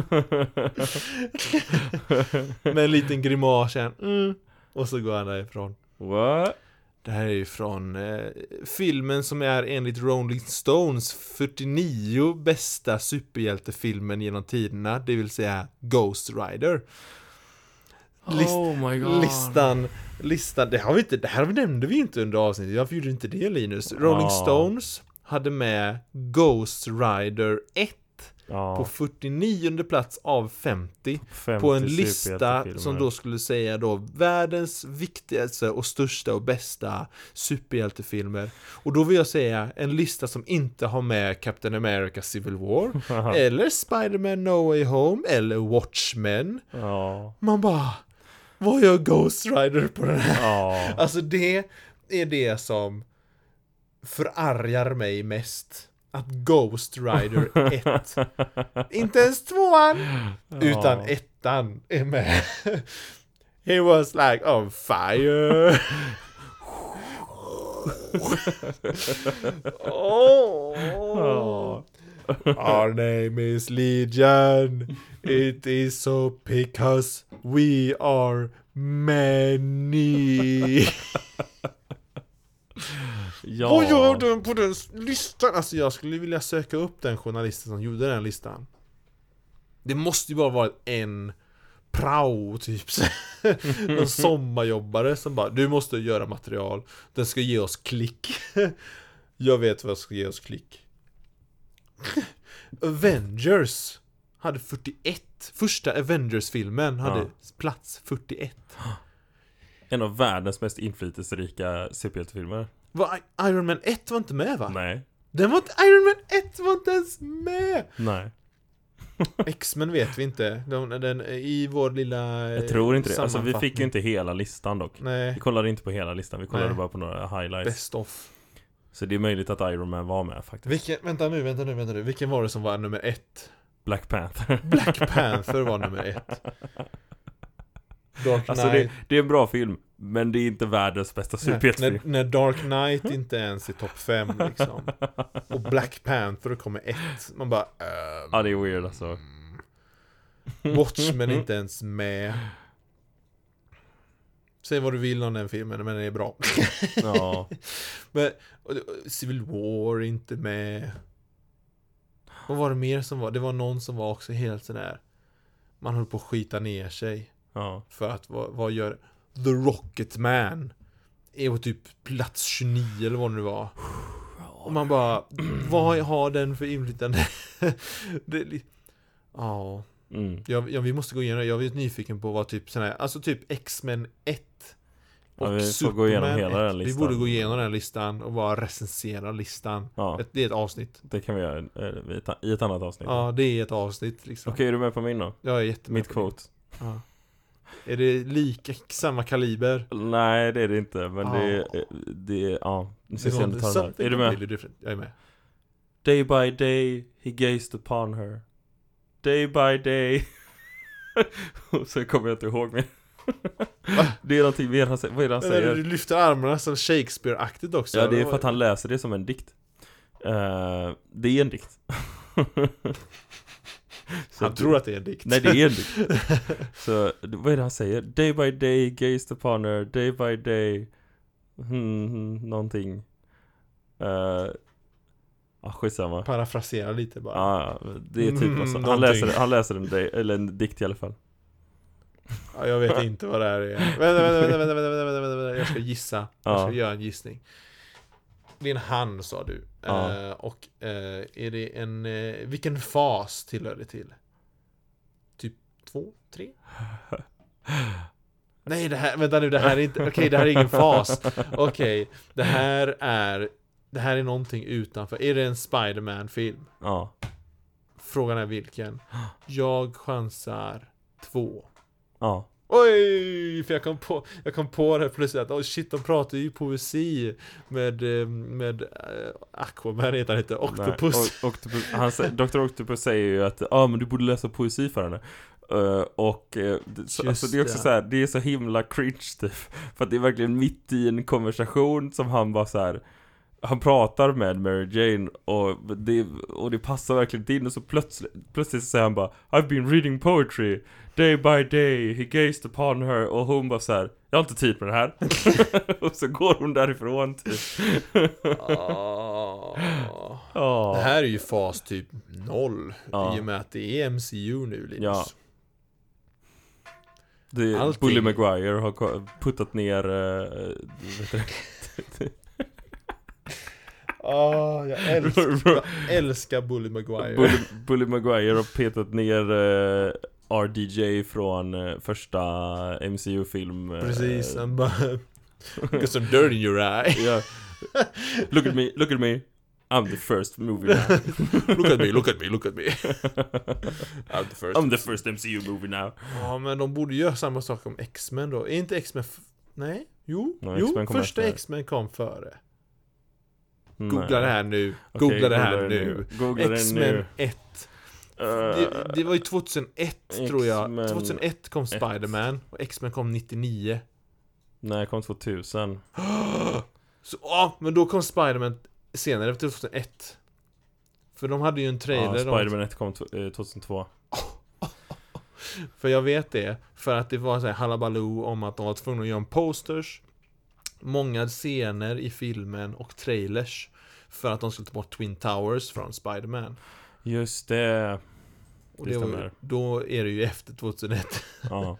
S2: Med en liten grimas igen. Och så går han därifrån.
S1: What?
S2: Det här är ju från filmen som är enligt Rolling Stones 49 bästa superhjältefilmen genom tiderna, det vill säga Ghost Rider.
S1: Oh my god.
S2: Listan, det här nämnde vi inte under avsnittet. Jag gjorde inte det, Linus. Rolling Stones hade med Ghost Rider 1 på 49:e plats av 50 på en lista som då skulle säga då världens viktigaste och största och bästa superhjältefilmer. Och då vill jag säga en lista som inte har med Captain America Civil War eller Spider-Man No Way Home eller Watchmen. Man bara, vad gör Ghost Rider på den här? Alltså det är det som förargar mig mest. Att Ghost Rider 1 inte ens 2:an utan 1:an är med. He was like on fire. Our name is Legion. It is so because we are many. Vad gör du på den listan? Alltså jag skulle vilja söka upp den journalisten som gjorde den listan. Det måste ju bara vara en prao typ. Någon sommarjobbare som bara, du måste göra material. Den ska ge oss klick. Jag vet vad ska ge oss klick. Avengers hade 41. Första Avengers-filmen hade plats 41.
S1: En av världens mest inflytelserika superhjältefilmer.
S2: Iron Man 1 var inte med, va?
S1: Nej.
S2: Iron Man 1 var inte ens med.
S1: Nej.
S2: X-Men vet vi inte. Den i vår lilla
S1: jag tror inte det. Alltså vi fick ju inte hela listan dock.
S2: Nej.
S1: Vi kollade inte på hela listan. Vi kollade bara på några highlights.
S2: Best of.
S1: Så det är möjligt att Iron Man var med faktiskt.
S2: Vänta nu. Vilken var det som var nummer 1?
S1: Black Panther.
S2: Black Panther var nummer 1. Dark
S1: alltså det är en bra film, men det är inte världens bästa superhjältefilm.
S2: När Dark Knight inte ens är topp 5 liksom. Och Black Panther kommer 1. Man bara
S1: ja, det är weird alltså.
S2: Watchmen inte ens med. Säg vad du vill om den filmen, men den är bra.
S1: Ja.
S2: Men Civil War inte med. Vad var det mer som var? Det var någon som var också helt sån där. Man höll på att skita ner sig.
S1: Ja.
S2: För att vad gör The Rocket Man är på typ plats 29 eller vad det nu var. Och man bara, vad har den för inflytande? Ja. Vi måste gå igenom. Jag är nyfiken på vad typ sån här, alltså typ X-Men 1 och
S1: vi får gå igenom hela den listan.
S2: Vi borde gå igenom den listan och bara recensera listan.
S1: Ja.
S2: Det är ett avsnitt.
S1: Det kan vi göra i ett annat avsnitt.
S2: Ja, det är ett avsnitt liksom.
S1: Okej, är du med på min då?
S2: Jag är jättemed.
S1: Mitt quote.
S2: Ja. Är det samma kaliber?
S1: Nej, det är det inte. Men det ja. Nu ska jag se om du tar den här. Är du med?
S2: Jag är med.
S1: Day by day he gazed upon her. Day by day. Så kommer jag inte ihåg mer. Det är någonting mer han säger. Vad är det han säger?
S2: Du lyfter armarna som Shakespeare-aktigt också.
S1: Ja, det är för att han läser det som en dikt. Det är en dikt.
S2: Han tror att det är en dikt.
S1: Nej, det är en dikt. Så vad är det han säger? Day by day gazed upon her. Day by day någonting. Skitsamma.
S2: Parafrasera lite bara.
S1: Ja, det är typ alltså. Han läser en dikt i alla fall.
S2: Ja, jag vet inte vad det här är. Vänta. Jag ska gissa. Jag ska göra en gissning. Det är en han, sa du. Och är det en... vilken fas tillhör det till? Typ 2, 3? Nej, det här... Vänta nu, det här är inte... Okej, det här är ingen fas. Okej, det här är någonting utanför. Är det en Spider-Man-film?
S1: Ja.
S2: Frågan är vilken. Jag chansar 2.
S1: Ja.
S2: Oj, för jag kom på det plötsligt att shit, de pratar ju poesi med Aquaman heter han inte, Octopus.
S1: Dr. Octopus säger ju att men du borde läsa poesi för henne. Alltså det är också så här, det är så himla cringe typ, för att det är verkligen mitt i en konversation som han bara så här, han pratar med Mary Jane och det passar verkligen in, och så plötsligt så säger han bara I've been reading poetry day by day, he gazed upon her, och hon bara så här, jag har inte tid med det här. Och så går hon därifrån typ.
S2: Det här är ju fas typ 0 i och med att det är MCU nu, Linus.
S1: Ja. Bully Maguire har puttat ner
S2: jag älskar Bully Maguire.
S1: Bully Maguire har petat ner RDJ från första MCU-film.
S2: Precis, han bara got some dirt in your eye.
S1: Yeah. Look at me. I'm the first movie now.
S2: Look at me.
S1: I'm the first MCU movie now.
S2: Ja, men de borde göra samma sak om X-Men då. Är inte X-Men Nej, jo, första X-Men kom före. Googla det här nu. Googla det här nu. X-Men 1. Det var ju 2001 tror jag. 2001 kom Spider-Man och X-Men kom 99.
S1: Nej, kom 2000.
S2: Så, men då kom Spider-Man senare efter 2001. För de hade ju en trailer.
S1: Spider-Man 1 kom 2002.
S2: För jag vet det. För att det var så här halabaloo om att de var tvungna att göra en posters, många scener i filmen och trailers för att de skulle ta bort Twin Towers från Spider-Man.
S1: Just det.
S2: Och då är det ju efter 2001.
S1: Ja.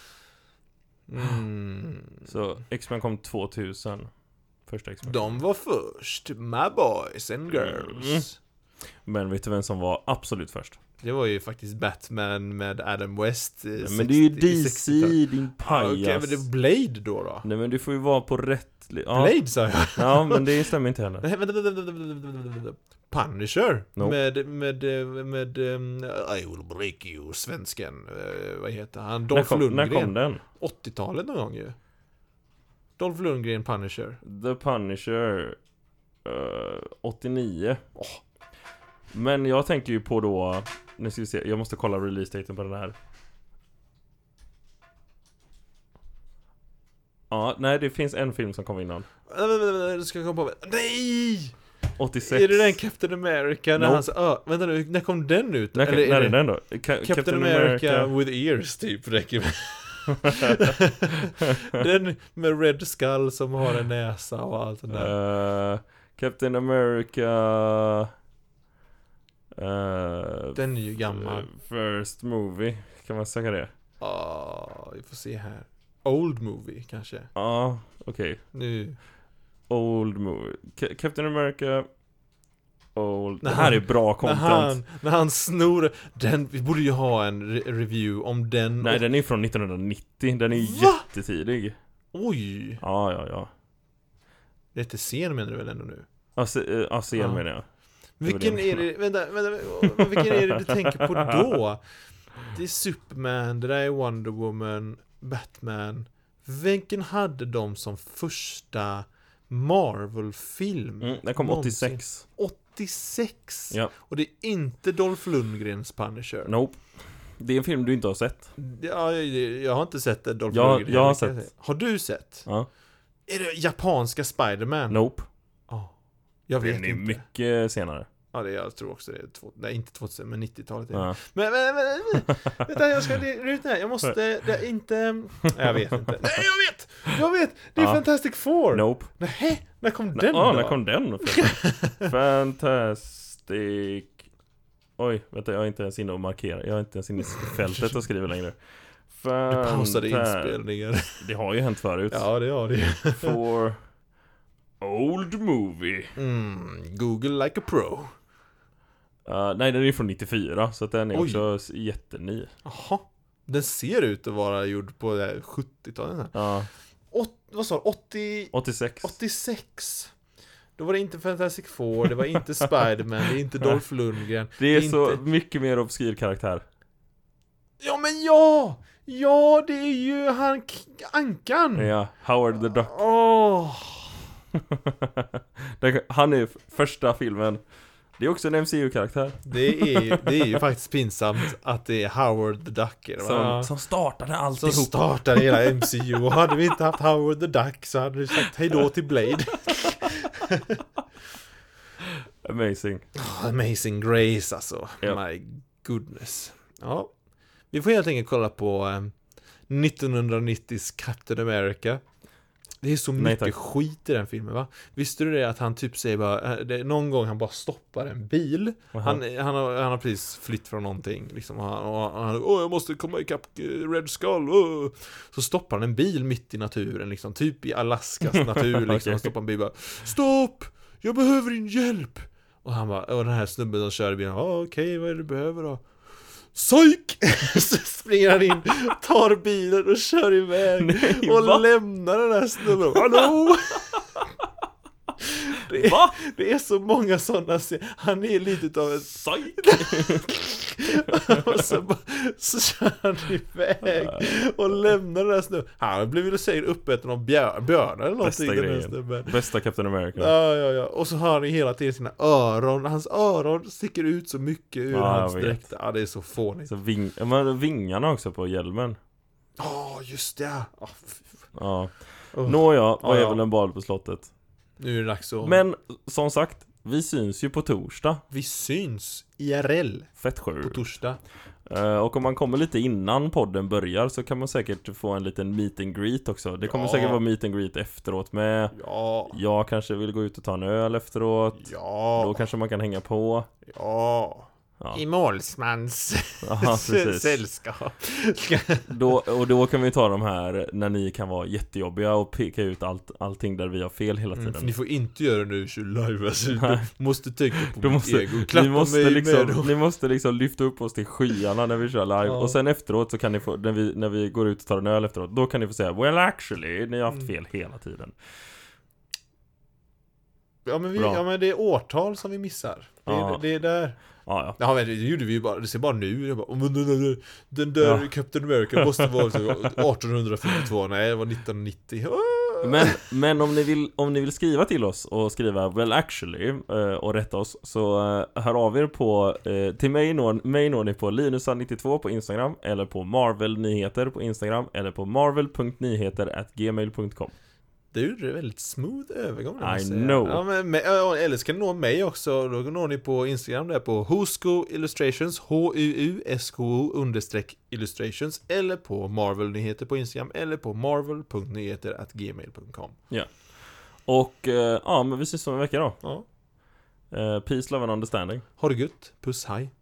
S1: Så X-Men kom 2000. Första X-Men.
S2: De var först. My boys and girls.
S1: Men vet du vem som var absolut först?
S2: Det var ju faktiskt Batman med Adam West.
S1: Men det är ju DC, din pajas.
S2: Okej, men det är Blade då?
S1: Nej, men du får ju vara på rätt...
S2: Blade, sa jag.
S1: Ja, men det stämmer inte heller.
S2: Vänta. Punisher. Nope. Med I will break you, svensken. Vad heter han? Dolph Lundgren.
S1: När kom den?
S2: 80-talet någon gång ju. Dolph Lundgren, Punisher.
S1: The Punisher 89. Men jag tänker ju på då, nu ska vi se, jag måste kolla release-daten på den här. Ja, nej, det finns en film som kom innan.
S2: Ska jag komma på? Nej!
S1: 86.
S2: Är det den Captain America? När vänta nu, när kom den ut?
S1: När är den då?
S2: Captain America with ears typ räcker med. Den med Red Skull som har en näsa och allt det där.
S1: Captain America
S2: den är ju gammal.
S1: First movie, kan man säga det?
S2: Vi får se här. Old movie kanske.
S1: Okej.
S2: Nu.
S1: Old movie. Captain America old. Det här är bra content.
S2: När han snor den, vi borde ju ha en review om den.
S1: Nej, den är från 1990. Den är jättetidig.
S2: Oj.
S1: Ja.
S2: Det är inte scen menar du väl ändå nu?
S1: Scen menar jag.
S2: Vilken är det? Vänta, vilken är det du tänker på då? Det är Superman, det där är Wonder Woman, Batman. Vilken hade de som första Marvel-film?
S1: Den kom 86.
S2: 86?
S1: Ja.
S2: Och det är inte Dolph Lundgrens Punisher?
S1: Nope. Det är en film du inte har sett.
S2: Ja, jag har inte sett det, Dolph Lundgren.
S1: Jag har sett.
S2: Har du sett?
S1: Ja.
S2: Är det japanska Spider-Man?
S1: Nope.
S2: Jag vet inte.
S1: Den är mycket senare.
S2: Ja, jag tror också det är nej, inte 2000, men 90-talet är det.
S1: Ja.
S2: Men vänta, jag ska ut här. Jag måste, det är inte... Jag vet inte. Nej, jag vet! Det är Fantastic Four!
S1: Nope.
S2: Nej, när kom den då?
S1: När kom den? Fantastic... Oj, vänta, jag är inte ens inne och markerar. Jag är inte ens inne i fältet och skriver längre.
S2: Du pausade inspelningen.
S1: Det har ju hänt förut.
S2: Ja, det har det.
S1: For old movie.
S2: Google like a pro.
S1: Nej, den är från 94, så att den är också jätteny.
S2: Jaha. Den ser ut att vara gjord på 70-talet.
S1: Ja.
S2: Vad sa du? 86. Då var det inte Fantastic Four, det var inte Spider-Man, det är inte Dolph Lundgren.
S1: Det är så mycket mer obskyr karaktär.
S2: Ja, men ja! Ja, det är ju han Ankan.
S1: Ja, Howard the Duck. Han är första filmen. Det är också en MCU-karaktär.
S2: Det är ju faktiskt pinsamt att det är Howard the Duck
S1: som startade alltihop.
S2: Som startade hela MCU. Och hade vi inte haft Howard the Duck så hade vi sagt hejdå till Blade.
S1: Amazing.
S2: Amazing Grace alltså.
S1: Yep.
S2: My goodness. Ja. Vi får helt enkelt kolla på 1990s Captain America. Det är så mycket skit i den filmen, va? Visste du det att han typ säger bara... någon gång han bara stoppar en bil. Han har precis flytt från någonting. Liksom, jag måste komma ikapp Red Skull. Så stoppar han en bil mitt i naturen. Liksom, typ i Alaskas natur. Liksom, stoppar en bil bara... Stopp! Jag behöver din hjälp! Och han bara... Och den här snubben som kör bilen... Okej, vad är det du behöver då? Psyk! Så springer han in, tar bilen och kör iväg. Lämnar den här snubben. Hallå! Det är så många sådana. Han är lite av en psyk. Och så kör han iväg och lämnar den här snubben. Han blev väl säkert uppäten av björnar eller någonting.
S1: Bästa Captain America.
S2: Ja. Och så har han hela tiden sina öron. Hans öron sticker ut så mycket ur hans dräkt. Ja, det är så fånigt. Så
S1: vingarna också på hjälmen.
S2: Just det.
S1: Nåja, vad är väl en bal på slottet?
S2: Nu är det dags att...
S1: Men som sagt, vi syns ju på torsdag.
S2: Vi syns IRL.
S1: Fett sjukt.
S2: På torsdag.
S1: Och om man kommer lite innan podden börjar så kan man säkert få en liten meet and greet också. Det kommer säkert vara meet and greet efteråt med. Jag kanske vill gå ut och ta en öl efteråt. Då kanske man kan hänga på. I målsmans sällskap. Då kan vi ta de här när ni kan vara jättejobbiga och peka ut allting där vi har fel hela tiden.
S2: För ni får inte göra nu live, alltså, du måste tänka på
S1: ni måste liksom lyfta upp oss till skyarna när vi kör live. Och sen efteråt så kan ni få, när vi går ut och tar en öl efteråt, då kan ni få säga well actually, ni har haft fel hela tiden.
S2: Men det är årtal som vi missar. Det är där. Ja, men det gjorde vi ju bara. Det ser bara nu. Jag bara, den där Captain America måste vara 1852. Nej, det var 1990.
S1: Men om ni vill skriva till oss och skriva well actually och rätta oss, så hör av er på till mig når ni på Linusa92 på Instagram, eller på Marvel Nyheter på Instagram, eller på marvel.nyheter@gmail.com.
S2: Det gjorde det väldigt smooth övergång.
S1: I know.
S2: Eller ska ni nå mig också. Då når ni på Instagram där på Husko Illustrations, HUUSKO_illustrations, eller på Marvel Nyheter på Instagram, eller på marvel.nyheter@gmail.com.
S1: Ja. Och men vi ses om en vecka då. Peace, love and understanding.
S2: Ha det gött. Puss, hej.